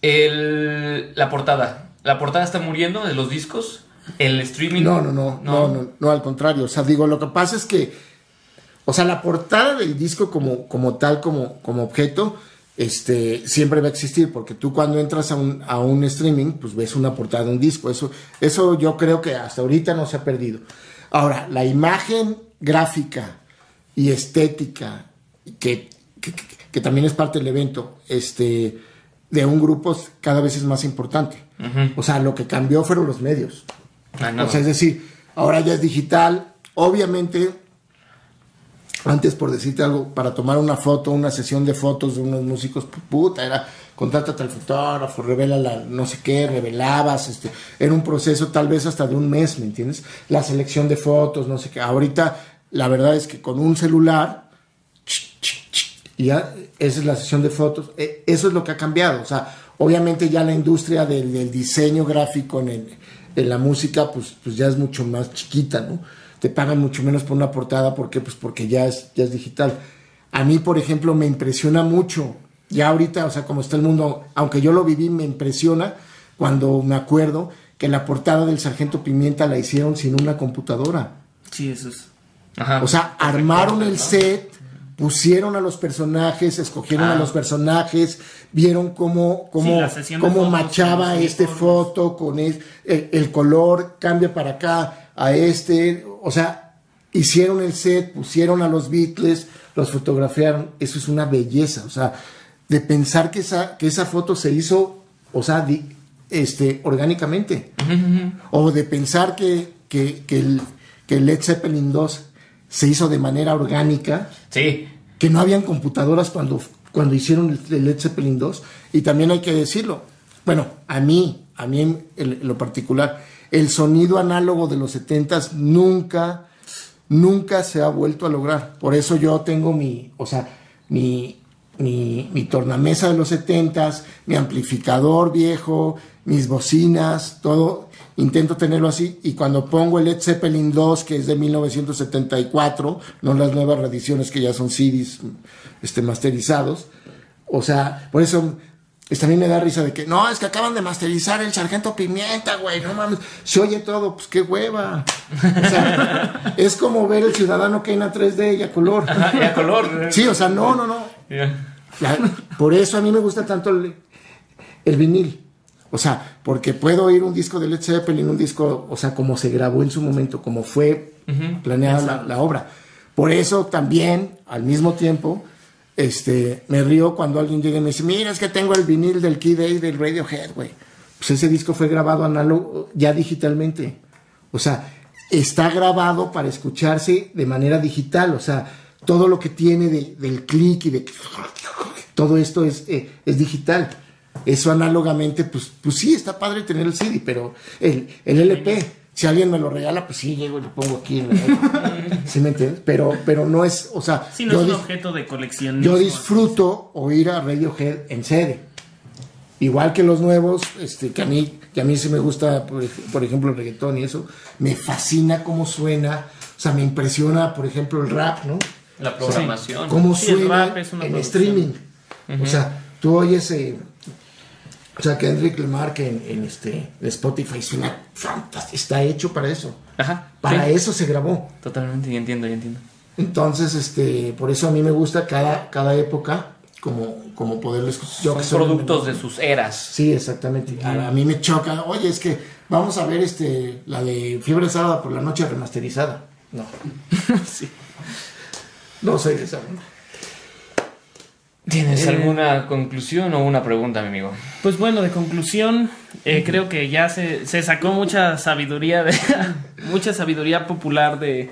La portada. ¿La portada está muriendo de los discos? ¿El streaming? No, al contrario. O sea, digo, lo que pasa es que, o sea, la portada del disco como tal, como objeto, siempre va a existir, porque tú cuando entras a un streaming, pues ves una portada de un disco. Eso yo creo que hasta ahorita no se ha perdido. Ahora, la imagen gráfica y estética, que también es parte del evento, de un grupo cada vez es más importante. Uh-huh. O sea, lo que cambió fueron los medios. No. O sea, es decir, ahora ya es digital. Obviamente, antes, por decirte algo, para tomar una foto, una sesión de fotos de unos músicos, puta, era contrátate al fotógrafo, revela no sé qué, revelabas, era un proceso tal vez hasta de un mes, ¿me entiendes? La selección de fotos, no sé qué. Ahorita, la verdad es que con un celular, y ya, esa es la sesión de fotos. Eso es lo que ha cambiado. O sea, obviamente ya la industria del diseño gráfico en la música, pues ya es mucho más chiquita, ¿no? Te pagan mucho menos por una portada. ¿Por qué? Pues porque ya es digital. A mí, por ejemplo, me impresiona mucho. Ya ahorita, o sea, como está el mundo, aunque yo lo viví, me impresiona cuando me acuerdo que la portada del Sargento Pimienta la hicieron sin una computadora. Sí, eso es... Ajá. O sea, armaron el set, pusieron a los personajes, escogieron a los personajes, vieron cómo machaba foto con el color, cambia para acá, o sea, hicieron el set, pusieron a los Beatles, los fotografiaron, eso es una belleza, o sea, de pensar que esa foto se hizo, o sea, orgánicamente, o de pensar que el Led Zeppelin 2 se hizo de manera orgánica, sí, que no habían computadoras cuando hicieron el Led Zeppelin 2, y también hay que decirlo, bueno, a mí en lo particular, el sonido análogo de los 70s nunca se ha vuelto a lograr. Por eso yo tengo mi tornamesa de los 70s, mi amplificador viejo, mis bocinas, todo, intento tenerlo así, y cuando pongo el Led Zeppelin 2, que es de 1974, no las nuevas reediciones que ya son CDs masterizados, o sea, por eso también me da risa de que, no, es que acaban de masterizar el Sargento Pimienta, güey, no mames, se oye todo, pues qué hueva. O sea, es como ver el Ciudadano Kane a 3D y a color. Y a color. Sí, o sea, no. Yeah. Por eso a mí me gusta tanto el vinil. O sea, porque puedo oír un disco de Led Zeppelin, un disco, o sea, como se grabó en su momento, como fue planeada la obra. Por eso también, al mismo tiempo, me río cuando alguien llega y me dice, mira, es que tengo el vinil del Kid A del Radiohead, güey. Pues ese disco fue grabado análogo, ya digitalmente. O sea, está grabado para escucharse de manera digital. O sea, todo lo que tiene del clic y de todo esto es digital. Eso análogamente, pues sí, está padre tener el CD, pero el LP, si alguien me lo regala, pues sí, llego y lo pongo aquí. ¿Sí me entiendes? Pero no es, o sea... Sí, no es un objeto de colección. Yo disfruto oír a Radiohead en CD. Igual que los nuevos, que a mí sí me gusta, por ejemplo, el reggaetón y eso, me fascina cómo suena, o sea, me impresiona, por ejemplo, el rap, ¿no? La programación. O sea, cómo suena el rap es una en producción. streaming. O sea, tú oyes... O sea, Kendrick Lamar que en Spotify suena fantástico, está hecho para eso. Ajá. Para eso se grabó. Totalmente, ya entiendo. Entonces, por eso a mí me gusta cada época como poderlo escuchar. Son productos de sus eras. Sí, exactamente. A mí me choca. Oye, es que vamos a ver la de Fiebre Sábado por la Noche remasterizada. No. Sí. No soy de esa onda. ¿Tienes alguna conclusión o una pregunta, mi amigo? Pues bueno, de conclusión, creo que ya se sacó mucha sabiduría mucha sabiduría popular de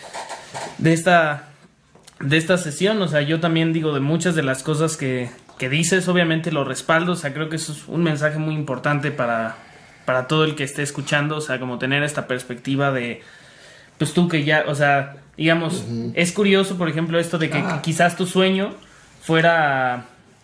esta sesión. O sea, yo también digo de muchas de las cosas que dices, obviamente lo respaldo. O sea, creo que eso es un mensaje muy importante para todo el que esté escuchando. O sea, como tener esta perspectiva de, pues tú que ya, o sea, digamos, es curioso, por ejemplo, esto de que quizás tu sueño fuera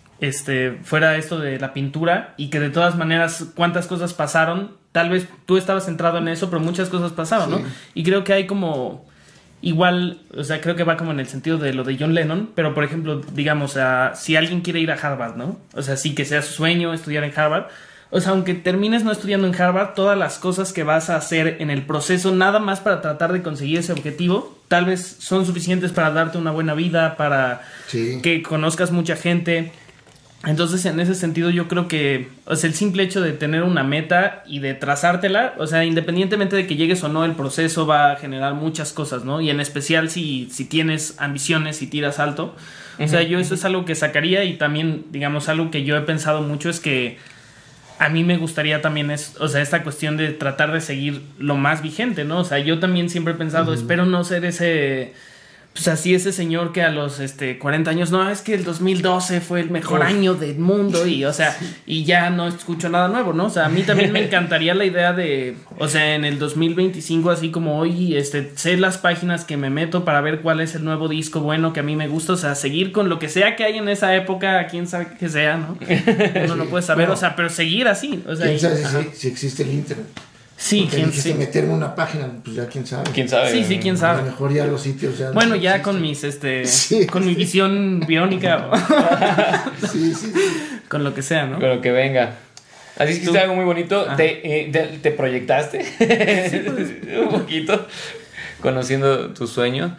esto de la pintura, y que de todas maneras cuántas cosas pasaron, tal vez tú estabas centrado en eso, pero muchas cosas pasaron, ¿no? Y creo que hay como igual, o sea, creo que va como en el sentido de lo de John Lennon, pero por ejemplo, digamos, si alguien quiere ir a Harvard, ¿no? O sea, sí que sea su sueño estudiar en Harvard. O sea, aunque termines no estudiando en Harvard, todas las cosas que vas a hacer en el proceso, nada más para tratar de conseguir ese objetivo, tal vez son suficientes para darte una buena vida, para que conozcas mucha gente. Entonces, en ese sentido, yo creo que, o sea, el simple hecho de tener una meta y de trazártela, o sea, independientemente de que llegues o no, el proceso va a generar muchas cosas, ¿no? Y en especial si tienes ambiciones y tiras alto. O sea, yo eso es algo que sacaría. Y también, digamos, algo que yo he pensado mucho es que a mí me gustaría también, o sea, esta cuestión de tratar de seguir lo más vigente, ¿no? O sea, yo también siempre he pensado, espero no ser ese, pues así, ese señor que a los 40 años, no, es que el 2012 fue el mejor año del mundo, y, o sea, y ya no escucho nada nuevo, ¿no? O sea, a mí también me encantaría la idea de, o sea, en el 2025, así como hoy, sé las páginas que me meto para ver cuál es el nuevo disco bueno que a mí me gusta, o sea, seguir con lo que sea que hay en esa época, quién sabe que sea, ¿no? Uno no puede saber, o sea, pero seguir así, o sea. ¿Quién sabe si existe el internet? Sí, quién sabe. Meterme una página, pues ya quién sabe. ¿Quién sabe? Sí, quién sabe. A lo mejor ya los sitios ya. Bueno, ya con mis, con mi visión biónica. Sí. Con lo que sea, ¿no? Con lo que venga. Así es que es algo muy bonito. ¿Te proyectaste? Un poquito, conociendo tu sueño.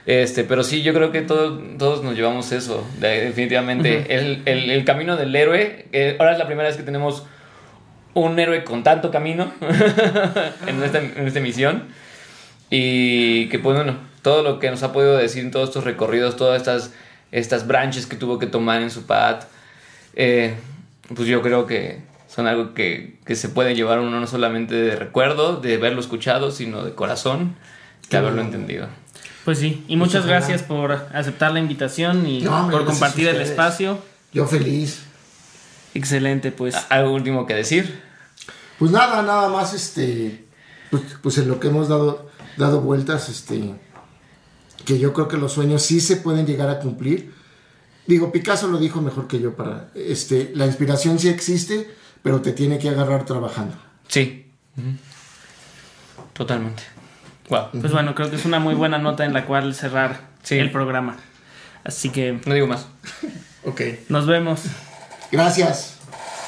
Pero sí, yo creo que todos nos llevamos eso, definitivamente. El camino del héroe, ahora es la primera vez que tenemos un héroe con tanto camino en esta misión. Y que pues bueno, todo lo que nos ha podido decir en todos estos recorridos, todas estas branches que tuvo que tomar en su path, pues yo creo que son algo que se puede llevar uno no solamente de recuerdo, de haberlo escuchado, sino de corazón, de haberlo entendido. Pues sí, y muchas gracias por aceptar la invitación y por compartir el espacio. Yo feliz. Excelente, pues. ¿Algo último que decir? Pues nada más pues en lo que hemos dado vueltas, que yo creo que los sueños sí se pueden llegar a cumplir. Digo, Picasso lo dijo mejor que yo, la inspiración sí existe, pero te tiene que agarrar trabajando. Sí. Totalmente. Wow. Pues bueno, creo que es una muy buena nota en la cual cerrar el programa. Así que... No digo más. Ok. Nos vemos. Gracias.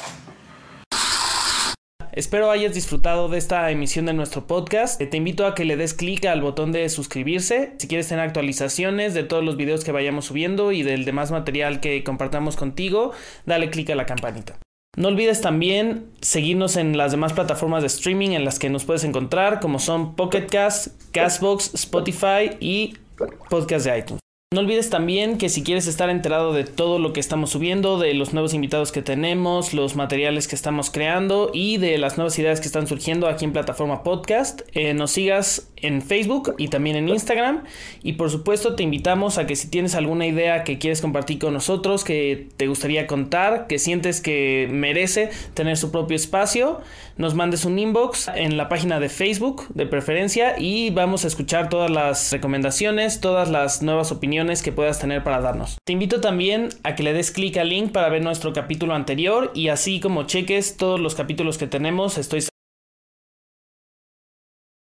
Espero hayas disfrutado de esta emisión de nuestro podcast. Te invito a que le des clic al botón de suscribirse. Si quieres tener actualizaciones de todos los videos que vayamos subiendo y del demás material que compartamos contigo, dale clic a la campanita. No olvides también seguirnos en las demás plataformas de streaming en las que nos puedes encontrar, como son Pocket Cast, Castbox, Spotify y Podcast de iTunes. No olvides también que si quieres estar enterado de todo lo que estamos subiendo, de los nuevos invitados que tenemos, los materiales que estamos creando y de las nuevas ideas que están surgiendo aquí en Plataforma Podcast, nos sigas en Facebook y también en Instagram. Y por supuesto te invitamos a que si tienes alguna idea que quieres compartir con nosotros, que te gustaría contar, que sientes que merece tener su propio espacio, nos mandes un inbox en la página de Facebook de preferencia y vamos a escuchar todas las recomendaciones, todas las nuevas opiniones que puedas tener para darnos. Te invito también a que le des clic al link para ver nuestro capítulo anterior y así como cheques todos los capítulos que tenemos, estoy